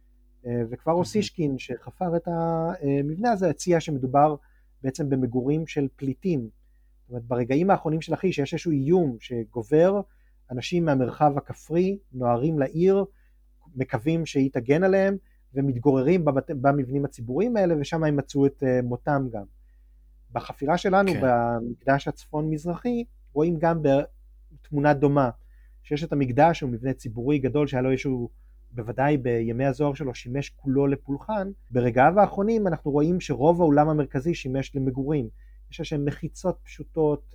וכבר אוסישקין שחפר את המבנה הזה הציע שמדובר בעצם במגורים של פליטים. זאת אומרת, ברגעים האחרונים של לכיש יש איזשהו איום שגובר, אנשים מהמרחב הכפרי נוערים לעיר, מקווים שהיא תגן עליהם, ומתגוררים במבנים הציבוריים האלה, ושם הם מצאו את מותם גם. בחפירה שלנו, במקדש הצפון מזרחי, רואים גם בתמונה דומה, שיש את המקדש, הוא מבנה ציבורי גדול, שהיה לו איזשהו, בוודאי בימי הזוהר שלו, שימש כולו לפולחן. ברגעיו האחרונים אנחנו רואים שרוב האולם המרכזי שימש למגורים. יש שם מחיצות פשוטות,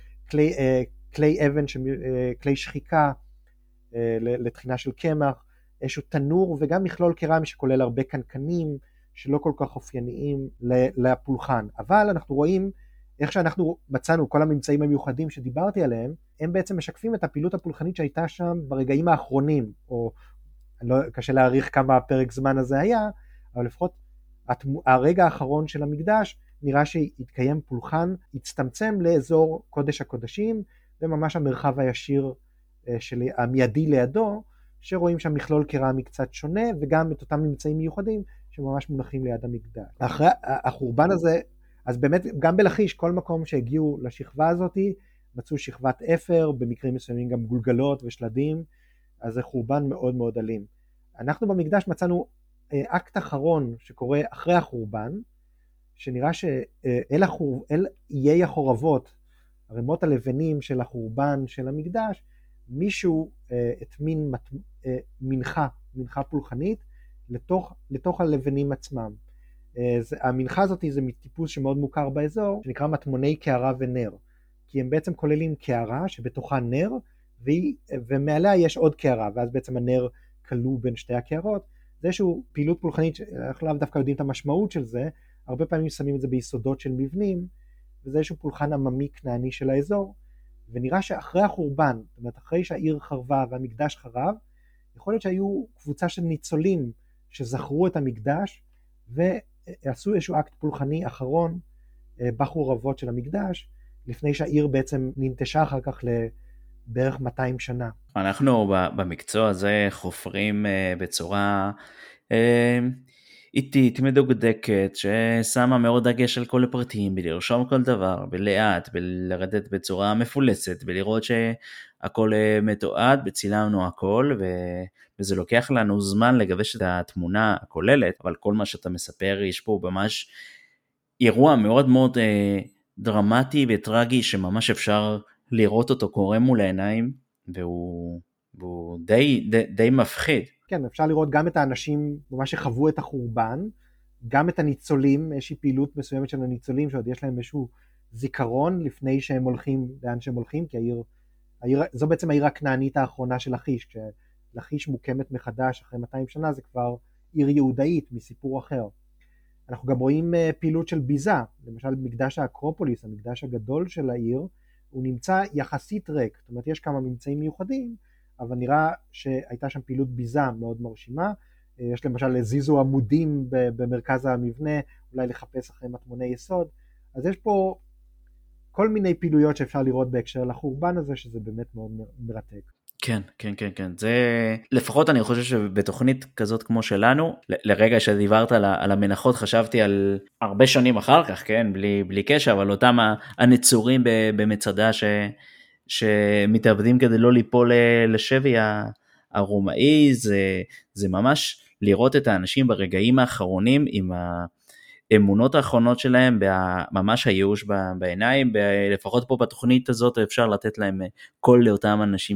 כלי אבן, כלי שחיקה לתחינה של קמח, איזשהו תנור וגם מכלול קרמי שכולל הרבה קנקנים שלא כל כך אופייניים לפולחן. אבל אנחנו רואים איך שאנחנו מצאנו כל הממצאים המיוחדים שדיברתי עליהם, הם בעצם משקפים את הפעילות הפולחנית שהייתה שם ברגעים האחרונים, או קשה להעריך כמה פרק זמן הזה היה, אבל לפחות הרגע האחרון של המקדש נראה שהתקיים פולחן, הצטמצם לאזור קודש הקודשים, וממש המרחב הישיר המיידי לידו, שרואים שם מכלול קרמי קצת שונה, וגם את אותם ממצאים מיוחדים שממש מונחים ליד המקדש. אחרי החורבן הזה, אז באמת גם בלכיש, כל מקום שהגיעו לשכבה הזאת, מצאו שכבת אפר, במקרים מסוימים גם גולגלות ושלדים, אז זה חורבן מאוד מאוד אלים. אנחנו במקדש מצאנו אקט אחרון שקורה אחרי החורבן, שנראה שאל איי החורבות, הרמות הלבנים של החורבן של המקדש, מישהו הטמין מנחה פולחנית לתוך הלבנים עצמם. המנחה הזאת זה מטיפוס שמאוד מוכר באזור, שנקרא מטמוני קערה ונר, כי הם בעצם כוללים קערה שבתוכה נר, ומעליה יש עוד קערה, ואז בעצם הנר כלוא בין שתי הקערות. זה איזשהו פעילות פולחנית, אנחנו לאו דווקא יודעים את המשמעות של זה, הרבה פעמים שמים את זה ביסודות של מבנים, וזה איזשהו פולחן עממי כנעני של האזור, ונראה שאחרי החורבן, זאת אומרת אחרי שהעיר חרבה והמקדש חרב, יכול להיות שהיו קבוצה של ניצולים שזכרו את המקדש, ועשו איזשהו אקט פולחני אחרון בחורבות של המקדש, לפני שהעיר בעצם ננטשה אחר כך לבערך 200 שנה. אנחנו במקצוע הזה חופרים בצורה איטית, מדוקדקת, ששמה מאוד דגש על כל הפרטים, בלרשום כל דבר, בלאט, בלרדת בצורה מפולסת, בלראות שהכל מתועד, בצילמנו הכל, וזה לוקח לנו זמן לגבש את התמונה הכוללת, אבל כל מה שאתה מספר, יש פה ממש אירוע מאוד מאוד דרמטי וטרגי, שממש אפשר לראות אותו קורה מול העיניים, והוא די מפחיד. כן, אפשר לראות גם את האנשים ממש שחוו את החורבן, גם את הניצולים, איזושהי פעילות מסוימת של הניצולים, שעוד יש להם איזשהו זיכרון לפני שהם הולכים, לאן שהם הולכים, כי זו בעצם העיר הכנענית האחרונה של לכיש, כשלכיש מוקמת מחדש אחרי 200 שנה, זה כבר עיר יהודאית מסיפור אחר. אנחנו גם רואים פעילות של ביזה, למשל מקדש האקרופוליס, המקדש הגדול של העיר, הוא נמצא יחסית ריק, זאת אומרת יש כמה ממצאים מיוחדים, אבל נראה שהייתה שם פעילות ביזה מאוד מרשימה, יש למשל הזיזו עמודים במרכז המבנה, אולי לחפש אחרי מטמוני יסוד, אז יש פה כל מיני פעילויות שאפשר לראות בהקשר לחורבן הזה, שזה באמת מאוד מרתק. כן, כן, כן, כן. זה, לפחות אני חושב שבתוכנית כזאת כמו שלנו, לרגע שדיברת על המנחות, חשבתי על הרבה שנים אחר כך, כן, בלי קשר, אבל אותם הנצורים במצדה שמתאבדים כדי לא ליפול לשבי הרומאי, זה ממש לראות את האנשים ברגעים האחרונים עם האמונות האחרונות שלהם, ממש הייאוש בעיניים, לפחות פה בתוכנית הזאת אפשר לתת להם קול לאותם אנשים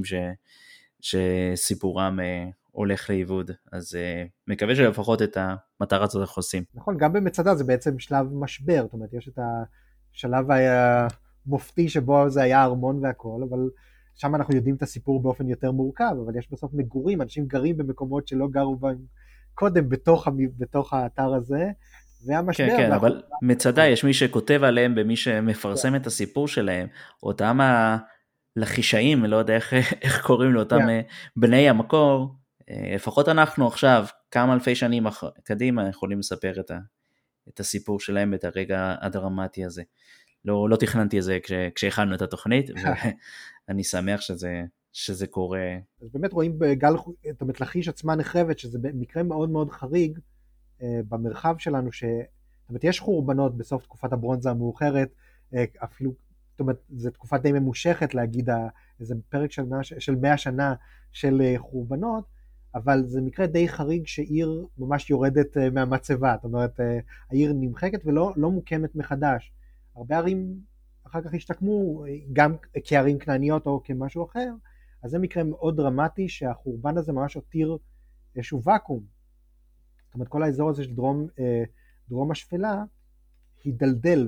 שסיפורם הולך לאיבוד, אז מקווה שלפחות את המטרה הזאת אנחנו עושים. נכון, גם במצדה זה בעצם שלב משבר, זאת אומרת יש את השלב המופתי שבו זה היה ארמון והכל, אבל שם אנחנו יודעים את הסיפור באופן יותר מורכב, אבל יש בסוף מגורים, אנשים גרים במקומות שלא גרו בהם קודם בתוך האתר הזה, והמשבר... כן, כן, אבל מצדה יש מי שכותב עליהם במי שמפרסם את הסיפור שלהם, אותם לחישאים, לא יודע איך קוראים לאותם בני המקור, לפחות אנחנו עכשיו, כמה אלפי שנים קדימה, יכולים לספר את הסיפור שלהם, את הרגע הדרמטי הזה. לא תכננתי את זה כשהכנו את התוכנית, ואני שמח שזה קורה. אז באמת רואים זאת אומרת, לכיש עצמה נחרבת, שזה מקרה מאוד מאוד חריג במרחב שלנו, זאת אומרת, יש חורבנות בסוף תקופת הברונזה המאוחרת, אפילו, זאת אומרת, זו תקופה די ממושכת להגיד איזה פרק של 100 שנה של חורבנות, אבל זה מקרה די חריג שעיר ממש יורדת מהמצבה, זאת אומרת, העיר נמחקת ולא מוקמת מחדש. הרבה ערים אחר כך השתקמו, גם כערים כנעניות או כמשהו אחר, אז זה מקרה מאוד דרמטי שהחורבן הזה ממש הותיר איזשהו ואקום. זאת אומרת, כל האזור הזה של דרום השפלה הידלדל,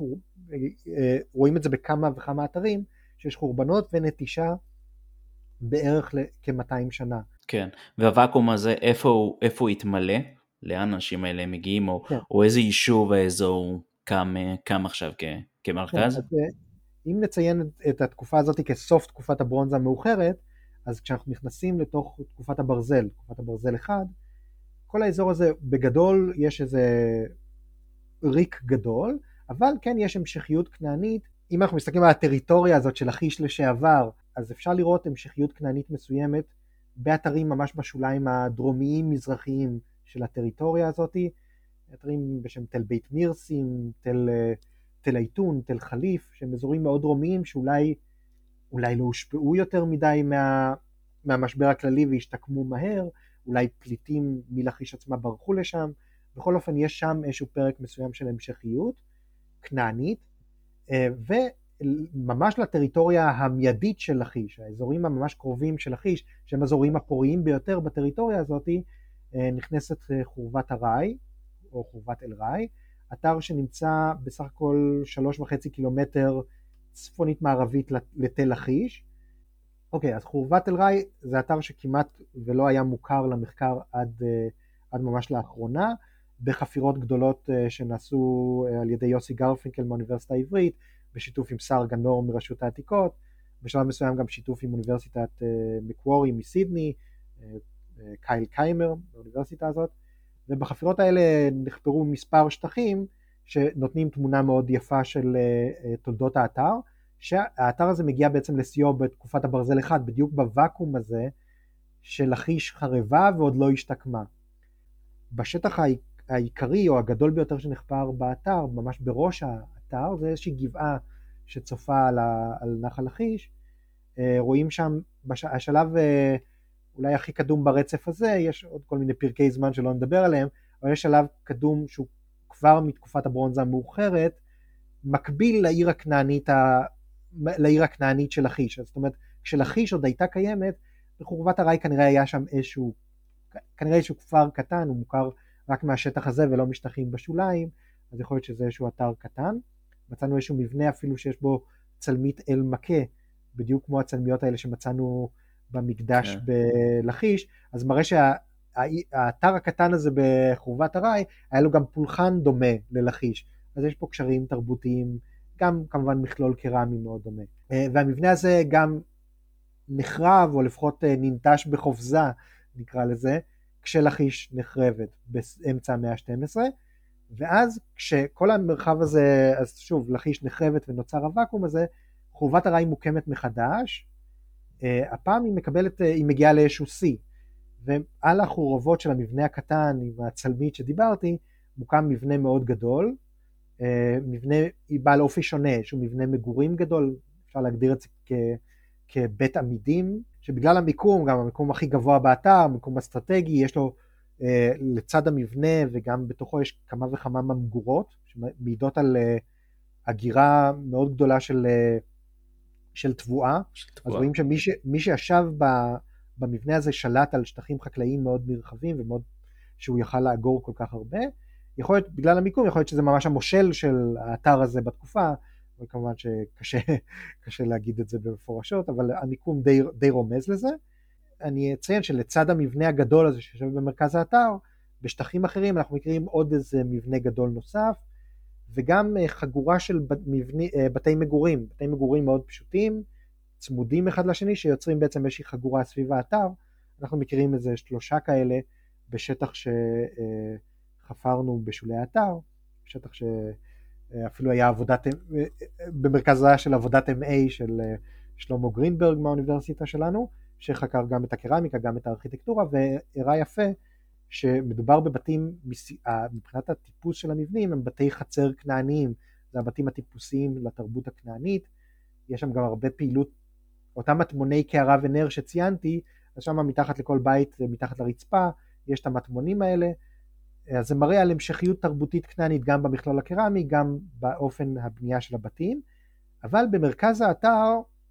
ורואים את זה בכמה וכמה אתרים, שיש חורבנות ונטישה בערך כ-200 שנה. כן, והוואקום הזה, איפה הוא יתמלא? לאן האנשים האלה מגיעים, או איזה יישוב האזור קם עכשיו כמרכז? אז אם נציין את התקופה הזאת כסוף תקופת הברונזה המאוחרת, אז כשאנחנו נכנסים לתוך תקופת הברזל 1, כל האזור הזה בגדול יש איזה ריק גדול, אבל כן יש המשכיות כנענית. אם אנחנו מסתכלים על הטריטוריה הזאת של לכיש לשעבר, אז אפשר לראות המשכיות כנענית מסוימת באתרים ממש בשוליים הדרומיים מזרחיים של הטריטוריה הזאת, אתרים בשם תל בית מירסים, תל עיתון, תל חליף, שהם אזורים מאוד דרומיים שאולי אולי לא הושפעו יותר מדי מהמשבר הכללי והשתקמו מהר, אולי פליטים מלכיש עצמה ברחו לשם, בכל אופן יש שם איזשהו פרק מסוים של המשכיות, כנענית, וממש לטריטוריה המיידית של לכיש, האזורים הממש קרובים של לכיש, שהם האזורים הפוריים ביותר בטריטוריה הזאת, נכנסת חורבת הרי, או חורבת אל רי, אתר שנמצא בסך הכל 3.5 קילומטר צפונית מערבית לתל לכיש. אוקיי, אז חורבת אל רי זה אתר שכמעט ולא היה מוכר למחקר עד ממש לאחרונה, בחפירות גדולות שנעשו על ידי יוסי גרפינקל מהאוניברסיטה העברית, בשיתוף עם שר גנור מרשות העתיקות, בשלב מסוים גם שיתוף עם אוניברסיטת מקוורי מסידני, קייל קיימר באוניברסיטה הזאת, ובחפירות האלה נחפרו מספר שטחים שנותנים תמונה מאוד יפה של תולדות האתר, שהאתר הזה מגיע בעצם לסיוע בתקופת הברזל 1, בדיוק בוואקום הזה של לכיש חרבה ועוד לא השתקמה. בשטח העיקרי או הגדול ביותר שנחפר באתר, ממש בראש האתר, זה איזושהי גבעה שצופה על נחל לכיש. רואים שם השלב אולי הכי קדום ברצף הזה, יש עוד כל מיני פרקי זמן שלא נדבר עליהם, אבל יש שלב קדום שהוא כבר מתקופת הברונזה המאוחרת, מקביל לעיר הכנענית של לכיש. זאת אומרת, כשלכיש עוד הייתה קיימת, בחורבת הרי כנראה היה שם איזשהו כפר קטן, הוא מוכר רק מהשטח הזה ולא משטחים בשוליים, אז יכול להיות שזה איזשהו אתר קטן. מצאנו איזשהו מבנה אפילו שיש בו צלמית אל מכה, בדיוק כמו הצלמיות האלה שמצאנו במקדש בלכיש, אז מראה שהאתר הקטן הזה בחורבת הרי, היה לו גם פולחן דומה ללכיש, אז יש פה קשרים תרבותיים, גם כמובן מכלול קרמי מאוד דומה. והמבנה הזה גם נחרב, או לפחות ננטש בחופזה, נקרא לזה, כשלכיש נחרבת באמצע המאה ה-12, ואז כשכל המרחב הזה, אז שוב, לכיש נחרבת ונוצר הוואקום הזה, חורבת הרי מוקמת מחדש, הפעם היא מגיעה לאיזשהו C, ועל החורבות של המבנה הקטן עם הצלמית שדיברתי, מוקם מבנה מאוד גדול, מבנה בעל אופי שונה, שהוא מבנה מגורים גדול, אפשר להגדיר את זה כבית עמידים, שבגלל המיקום, גם המיקום הכי גבוה באתר, מיקום אסטרטגי, יש לו לצד המבנה וגם בתוכו יש כמה וכמה ממגורות, שמעידות על הגירה מאוד גדולה של תבואה. אז רואים שמי שישב במבנה הזה שלט על שטחים חקלאיים מאוד נרחבים, ומאוד שהוא יכל לאגור כל כך הרבה. יכול להיות, בגלל המיקום, יכול להיות שזה ממש המושל של האתר הזה בתקופה, וכמובן שקשה להגיד את זה במפורשות, אבל המיקום די רומז לזה. אני אציין שלצד המבנה הגדול הזה שיושב במרכז האתר, בשטחים אחרים אנחנו מכירים עוד איזה מבנה גדול נוסף, וגם חגורה של בתי מגורים מאוד פשוטים, צמודים אחד לשני, שיוצרים בעצם איזושהי חגורה סביב האתר. אנחנו מכירים איזה 3 כאלה בשטח שחפרנו בשולי האתר, שטח שאפילו היה במרכז של עבודת MA של שלמה גרינברג מהאוניברסיטה שלנו, שחקר גם את הקרמיקה, גם את הארכיטקטורה, והראה יפה שמדובר בבתים, מבחינת הטיפוס של המבנים, הם בתי חצר כנעניים, זה הבתים הטיפוסיים לתרבות הכנענית, יש שם גם הרבה פעילות, אותם מטמוני קערה ונר שציינתי, אז שם מתחת לכל בית, מתחת לרצפה, יש את המטמונים האלה, אז זה מראה על המשכיות תרבותית כנענית, גם במכלול הקרמי, גם באופן הבנייה של הבתים, אבל במרכז האתר,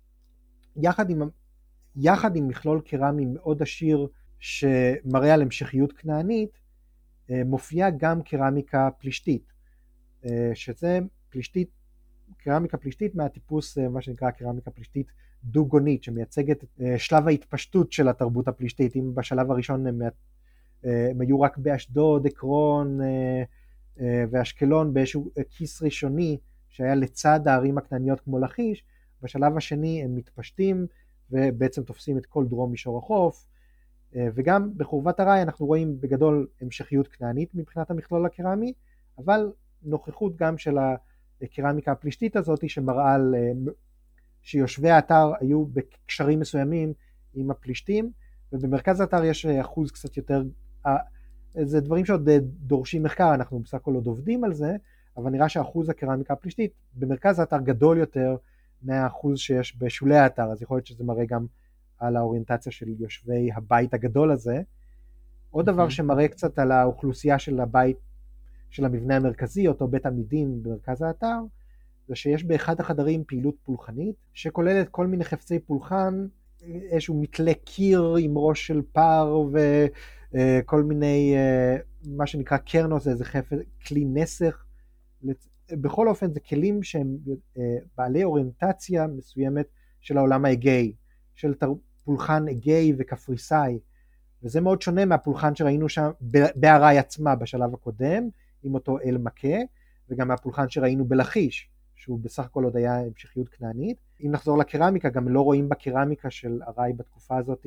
יחד עם מכלול קרמי מאוד עשיר, שמראה על המשכיות כנענית, מופיעה גם קרמיקה פלישתית, שזה קרמיקה פלישתית מהטיפוס, מה שנקרא קרמיקה פלישתית דו-גונית, שמייצגת שלב ההתפשטות של התרבות הפלישתית. אם בשלב הראשון הם היו רק באשדוד, עקרון ואשקלון, באיזשהו כיס ראשוני שהיה לצד הערים הכנעניות כמו לכיש, בשלב השני הם מתפשטים ובעצם תופסים את כל דרום מישור החוף, וגם בחורבת הרי אנחנו רואים בגדול המשכיות כנענית מבחינת המכלול הקרמי, אבל נוכחות גם של הקרמיקה הפלישתית הזאת שמראה על שיושבי האתר היו בקשרים מסוימים עם הפלישתים, ובמרכז האתר יש אחוז קצת יותר, זה דברים שעוד דורשים מחקר, אנחנו בסך הכל עוד עובדים על זה, אבל נראה שאחוז הקרמיקה הפלישתית במרכז האתר גדול יותר מהאחוז שיש בשולי האתר, אז יכול להיות שזה מראה גם על האוריינטציה של יושבי הבית הגדול הזה. עוד דבר שמראה קצת על האוכלוסייה של הבית, של המבנה המרכזי, אותו בית עמידים במרכז האתר, זה שיש באחד החדרים פעילות פולחנית, שכוללת כל מיני חפצי פולחן, איזשהו מתלה קיר עם ראש של פר, וכל מיני, מה שנקרא קרנוס, זה איזה כלי נסך. בכל אופן זה כלים שהם בעלי אוריינטציה מסוימת של העולם האגאי, של פולחן אגאי וקפריסאי, וזה מאוד שונה מהפולחן שראינו שם בעראי עצמה בשלב הקודם, עם אותו אל מכה, וגם מהפולחן שראינו בלכיש, שהוא בסך הכל עוד היה המשכיות כנענית. אם נחזור לקרמיקה, גם לא רואים בקרמיקה של עראי בתקופה הזאת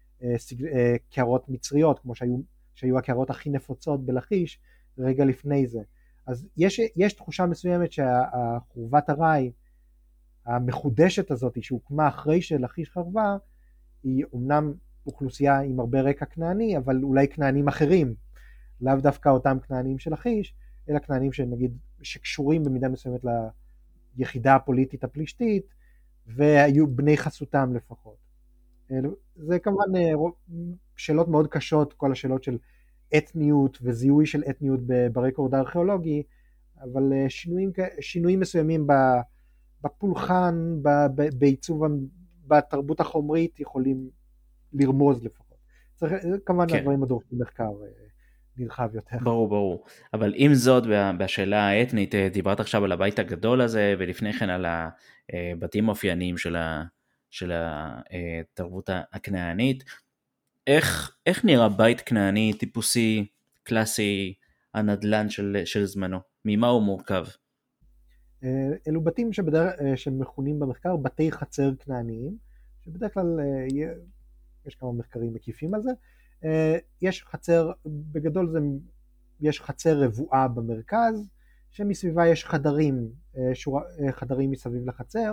קערות מצריות, כמו שהיו הקערות הכי נפוצות בלכיש רגע לפני זה. אז יש תחושה מסוימת שהחורבת עראי המחודשת הזאת, שהוקמה אחרי שלכיש חרבה, היא אומנם אוכלוסייה עם הרבה רקע כנעני, אבל אולי כנענים אחרים, לאו דווקא אותם כנענים של לכיש, אלא כנענים שנגיד שקשורים במידה מסוימת ליחידה הפוליטית הפלישתית, והיו בני חסותם לפחות. זה כמובן שאלות מאוד קשות, כל השאלות של אתניות וזיהוי של אתניות ברקורד הארכיאולוגי, אבל שינויים מסוימים בפולחן, בעיצוב, בתרבות החומרית יכולים לרמוז לפחות. כמובן הדברים הדורשים מחקר נרחב יותר. ברור. אבל עם זאת, בשאלה האתנית, דיברת עכשיו על הבית הגדול הזה, ולפני כן על הבתים אופייניים של התרבות הכנענית. איך נראה בית כנעני טיפוסי, קלאסי, הנדל"ן של זמנו? ממה הוא מורכב? אלו בתים שמכונים במחקר בתי חצר כנעניים, שבדרך כלל יש כמה מחקרים מקיפים על זה. יש חצר, בגדול יש חצר רבועה במרכז, שמסביבה יש חדרים מסביב לחצר,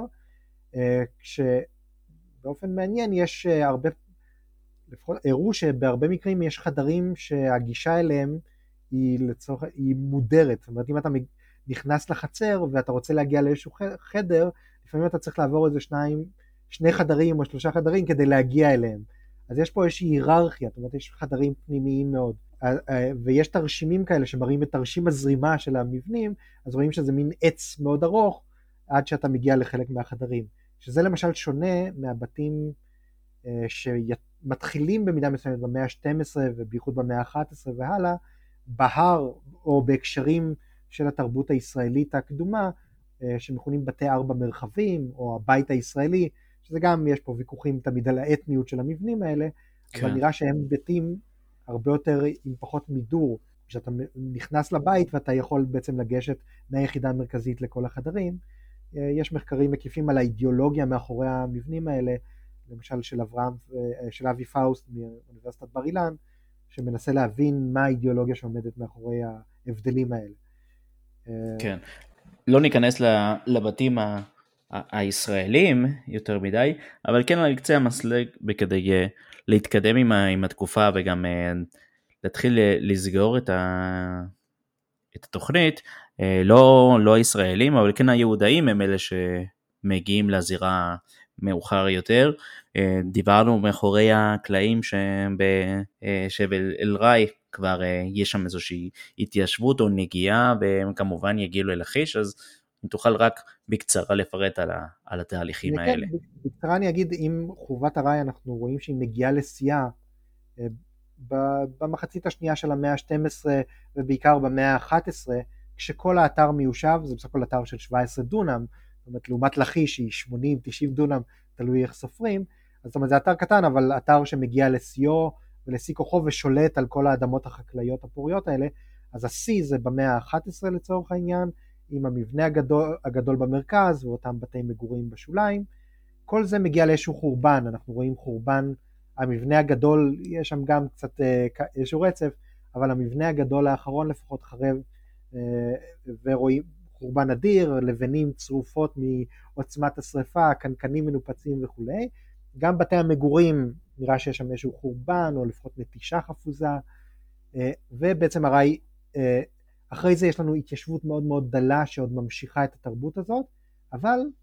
כשבאופן מעניין יש הרבה, לפחות הראו שבהרבה מקרים יש חדרים שהגישה אליהם היא מודרת. זאת אומרת, אם אתה נכנס לחצר ואתה רוצה להגיע לאיזשהו חדר, לפעמים אתה צריך לעבור איזה שני חדרים או 3 חדרים כדי להגיע אליהם. אז יש פה איזושהי היררכיה, זאת אומרת, יש חדרים פנימיים מאוד, ויש תרשימים כאלה שמראים את תרשים הזרימה של המבנים, אז רואים שזה מין עץ מאוד ארוך, עד שאתה מגיע לחלק מהחדרים, שזה למשל שונה מהבתים שמתחילים במידה מסוימת במאה ה-12, ובייחוד במאה ה-11 והלאה, בהר או בהקשרים של התרבות הישראלית הקדומה, שמכונים בתי 4 מרחבים, או הבית הישראלי, שזה גם, יש פה ויכוחים תמיד על האתניות של המבנים האלה, כן. אבל נראה שהם בתים הרבה יותר עם פחות מידור, כשאתה נכנס לבית ואתה יכול בעצם לגשת מהיחידה המרכזית לכל החדרים. יש מחקרים מקיפים על האידיאולוגיה מאחורי המבנים האלה, למשל של אבי פאוסט מאוניברסיטת בר אילן, שמנסה להבין מה האידיאולוגיה שעומדת מאחורי ההבדלים האלה. כן, לא ניכנס לבתים הישראלים יותר מדי, אבל כן על קצה המסלג בכדי להתקדם עם התקופה וגם להתחיל לסגור את התוכנית. לא הישראלים, אבל כן היהודאים הם אלה שמגיעים לזירה מאוחר יותר. דיברנו מאחורי הקלעים שבשבל אל-רי כבר יש שם איזושהי התיישבות או נגיעה, והם כמובן יגיעו ללכיש, אז אם תוכל רק בקצרה לפרט על התהליכים האלה. בקצרה אני אגיד, עם חורבת עראי אנחנו רואים שהיא מגיעה לשיאה במחצית השנייה של המאה ה-12 ובעיקר במאה ה-11, כשכל האתר מיושב, זה בסך הכל אתר של 17 דונם, זאת אומרת לעומת לכיש שהיא 80-90 דונם, תלוי איך סופרים, אז זאת אומרת זה אתר קטן, אבל אתר שמגיע לשיאו ולשיא כוחו ושולט על כל האדמות החקלאיות הפוריות האלה. אז השיא זה במאה ה-11 לצורך העניין, עם המבנה הגדול במרכז ואותם בתי מגורים בשוליים. כל זה מגיע לאיזשהו חורבן, אנחנו רואים חורבן, המבנה הגדול, יש שם גם קצת איזשהו רצף, אבל המבנה הגדול האחרון לפחות חרב, ורואים חורבן אדיר, לבנים צרופות מעוצמת השריפה, קנקנים מנופצים וכו'. גם בתי המגורים, נראה שיש שם איזשהו חורבן, או לפחות נטישה חפוזה, ובעצם הרי אחרי זה יש לנו התיישבות מאוד מאוד דלה שעוד ממשיכה את התרבות הזאת, אבל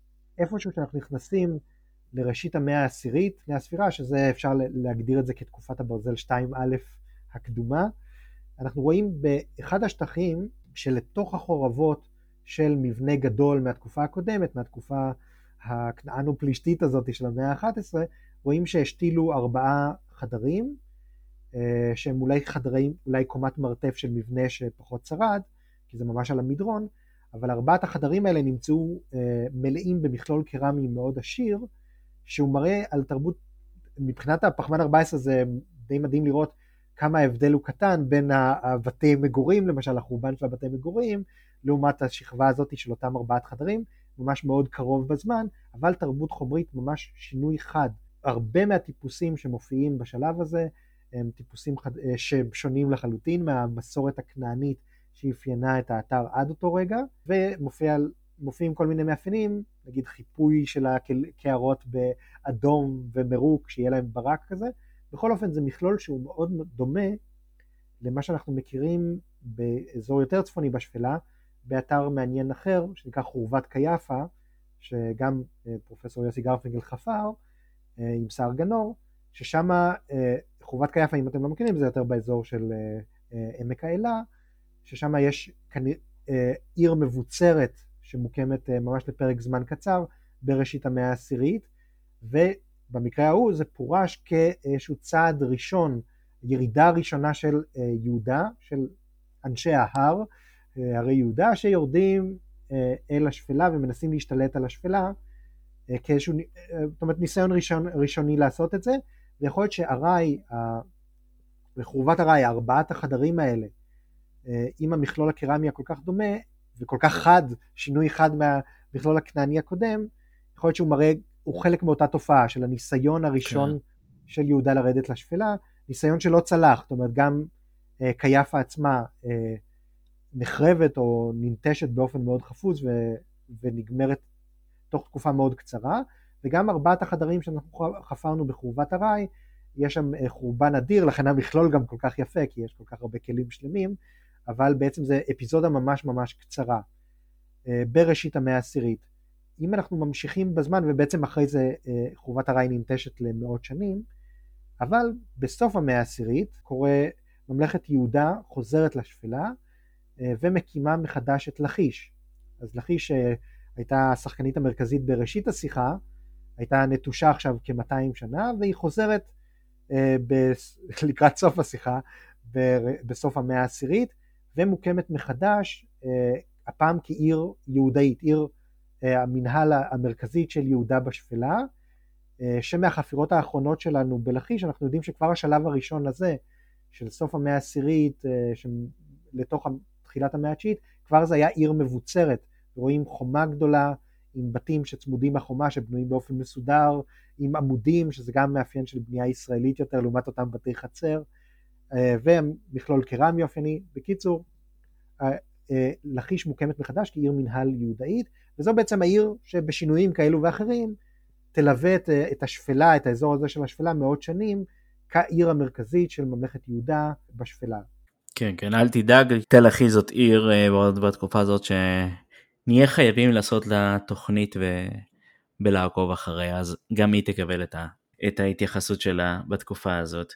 איפשהו שאנחנו נכנסים לראשית המאה העשירית מהספירה, שזה אפשר להגדיר את זה כתקופת הברזל 2א' הקדומה, אנחנו רואים באחד השטחים שלתוך החורבות של מבנה גדול מהתקופה הקודמת, מהתקופה הכנענו-פלישתית הזאת של המאה ה-11, רואים שהשתילו 4 חדרים, שהם אולי קומת מרתף של מבנה שפחות שרד, כי זה ממש על המדרון, אבל 4 החדרים האלה נמצאו מלאים במכלול קרמי מאוד עשיר, שהוא מראה על תרבות, מבחינת הפחמן 14 זה די מדהים לראות כמה ההבדל הוא קטן בין הבתי מגורים, למשל החורבן של הבתי מגורים, לעומת השכבה הזאת של אותם 4 חדרים, ממש מאוד קרוב בזמן, אבל תרבות חומרית ממש שינוי חד. הרבה מהטיפוסים שמופיעים בשלב הזה, הם טיפוסים ששונים לחלוטין מהמסורת הכנענית שאפיינה את האתר עד אותו רגע, ומופיעים כל מיני מאפיינים, נגיד חיפוי של הקערות באדום ומרוק, שיהיה להם ברק כזה. בכל אופן זה מכלול שהוא מאוד דומה למה שאנחנו מכירים באזור יותר צפוני בשפלה, באתר מעניין אחר, שנקרא חורבת קייפה, שגם פרופסור יוסי גרפינגל חפר, עם שר גנור, ששם חורבת קייפה, אם אתם לא מכירים, זה יותר באזור של עמק האלה, ששם יש עיר מבוצרת שמוקמת ממש לפרק זמן קצר בראשית המאה העשירית, ובמקרה ההוא זה פורש כאיזשהו צעד ראשון, ירידה ראשונה של יהודה, של אנשי ההר, הרי יהודה שיורדים אל השפלה ומנסים להשתלט על השפלה, כאיזשהו, זאת אומרת, ניסיון ראשוני לעשות את זה, ויכול להיות שהרי, בחורבת הרי, 4 החדרים האלה, עם המכלול הקרמי הכל כך דומה, וכל כך חד, שינוי חד מהמכלול הכנעני הקודם, יכול להיות שהוא מראה, הוא חלק מאותה תופעה, של הניסיון הראשון של יהודה לרדת לשפלה, ניסיון שלא צלח, זאת אומרת, גם קייפה עצמה נחרבת או ננטשת באופן מאוד חפוז, ונגמרת תוך תקופה מאוד קצרה, וגם 4 החדרים שאנחנו חפרנו בחורבת הרי, יש שם חורבן אדיר, לכן המכלול גם כל כך יפה, כי יש כל כך הרבה כלים שלמים, אבל בעצם זה אפיזודה ממש ממש קצרה, בראשית המאה העשירית. אם אנחנו ממשיכים בזמן, ובעצם אחרי זה חורבת הרי ננטשת למאות שנים, אבל בסוף המאה העשירית קורה ממלכת יהודה חוזרת לשפלה, ומקימה מחדש את לכיש. אז לכיש הייתה השחקנית המרכזית בראשית השיחה, הייתה נטושה עכשיו כ-200 שנה, והיא חוזרת לקראת סוף השיחה, בסוף המאה העשירית, ומוקמת מחדש, הפעם כעיר יהודאית, עיר המנהל המרכזית של יהודה בשפלה, שמהחפירות האחרונות שלנו בלכיש, אנחנו יודעים שכבר השלב הראשון הזה, של סוף המאה העשירית, לתוך תחילת המאה התשיעית, כבר זה היה עיר מבוצרת, רואים חומה גדולה, עם בתים שצמודים לחומה, שבנויים באופן מסודר, עם עמודים, שזה גם מאפיין של בנייה ישראלית יותר, לעומת אותם בתי חצר, ומכלול קרמי אופייני. בקיצור, לכיש מוקמת מחדש כעיר מנהל יהודאית, וזו בעצם העיר שבשינויים כאלו ואחרים, תלווה את השפלה, את האזור הזה של השפלה, מאות שנים, כעיר המרכזית של ממלכת יהודה בשפלה. כן, כן, אל תדאג, תל אחי זאת עיר בתקופה הזאת שנהיה חייבים לעשות לה תוכנית ולעקוב אחריה, אז גם היא תקבל את ההתייחסות שלה בתקופה הזאת.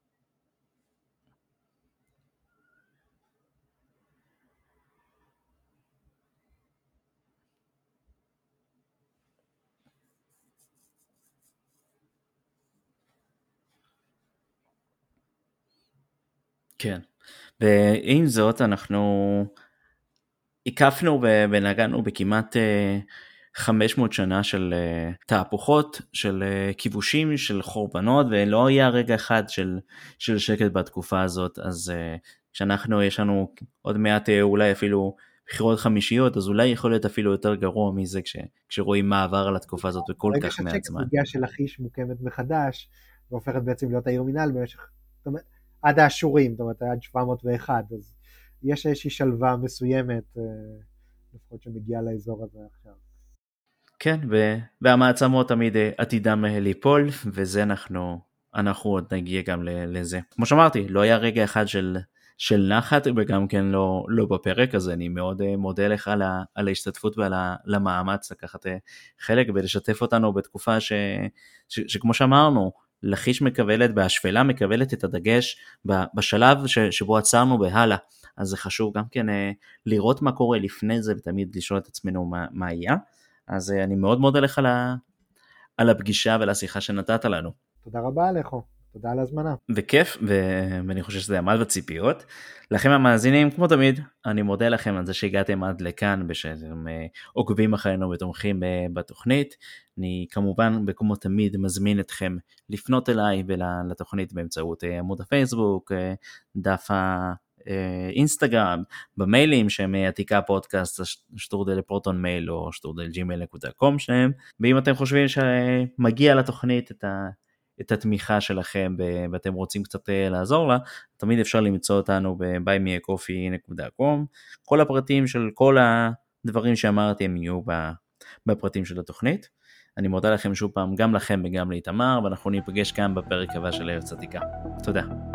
כן, ועם זאת אנחנו הקפנו ונגענו בכמעט 500 שנה של תהפוכות, של כיבושים, של חורבנות, ולא היה רגע אחד של שקט בתקופה הזאת. אז כשאנחנו, יש לנו עוד מעט אולי אפילו בחירות חמישיות, אז אולי יכול להיות אפילו יותר גרוע מזה כשרואים מה עבר על התקופה הזאת וכל כך מעט זמן. רגע של לכיש מוקמת מחדש, והופכת בעצם להיות העיר מנהל במשך, עד האשורים, זאת אומרת עד 701, אז יש איזושהי שלווה מסוימת, לפחות שמגיעה לאזור הזה עכשיו. כן, והמעצמות תמיד עתידם ליפול, וזה אנחנו עוד נגיע גם לזה. כמו שאמרתי, לא היה רגע אחד של של נחת וגם כן לא בפרק, אז אני מאוד מודה לך על ההשתתפות ועל המאמץ לקחת חלק ולשתף אותנו בתקופה שכמו שאמרנו, לכיש מקבלת בהשפלה, מקבלת את הדגש בשלב שבו עצרנו בהלאה, אז זה חשוב גם כן לראות מה קורה לפני זה ותמיד לשאול את עצמנו מה היה, אז אני מאוד מודה לך על הפגישה ולשיחה שנתת לנו. תודה רבה עליך. תודה על הזמנה. וכיף, ואני חושב שזה עמד בציפיות. לכם המאזינים, כמו תמיד, אני מודה לכם על זה שהגעתם עד לכאן, ושאתם עוקבים אחרינו ותומכים בתוכנית. אני כמובן, כמו תמיד, מזמין אתכם לפנות אליי ולתוכנית באמצעות עמוד הפייסבוק, דף האינסטגרם, במיילים שהם עתיקה פודקאסט, שטרודל פרוטון מייל או שטרודל gmail.com שלהם, ואם אתם חושבים שמגיע לתוכנית את התמיכה שלכם ואתם רוצים קצת לעזור לה, תמיד אפשר למצוא אותנו ב-buymeacoffee.com. כל הפרטים של כל הדברים שאמרתי הם יהיו בפרטים של התוכנית. אני מודה לכם שוב פעם, גם לכם וגם לאיתמר, ואנחנו ניפגש כאן בפרק הבא של ארץ עתיקה. תודה.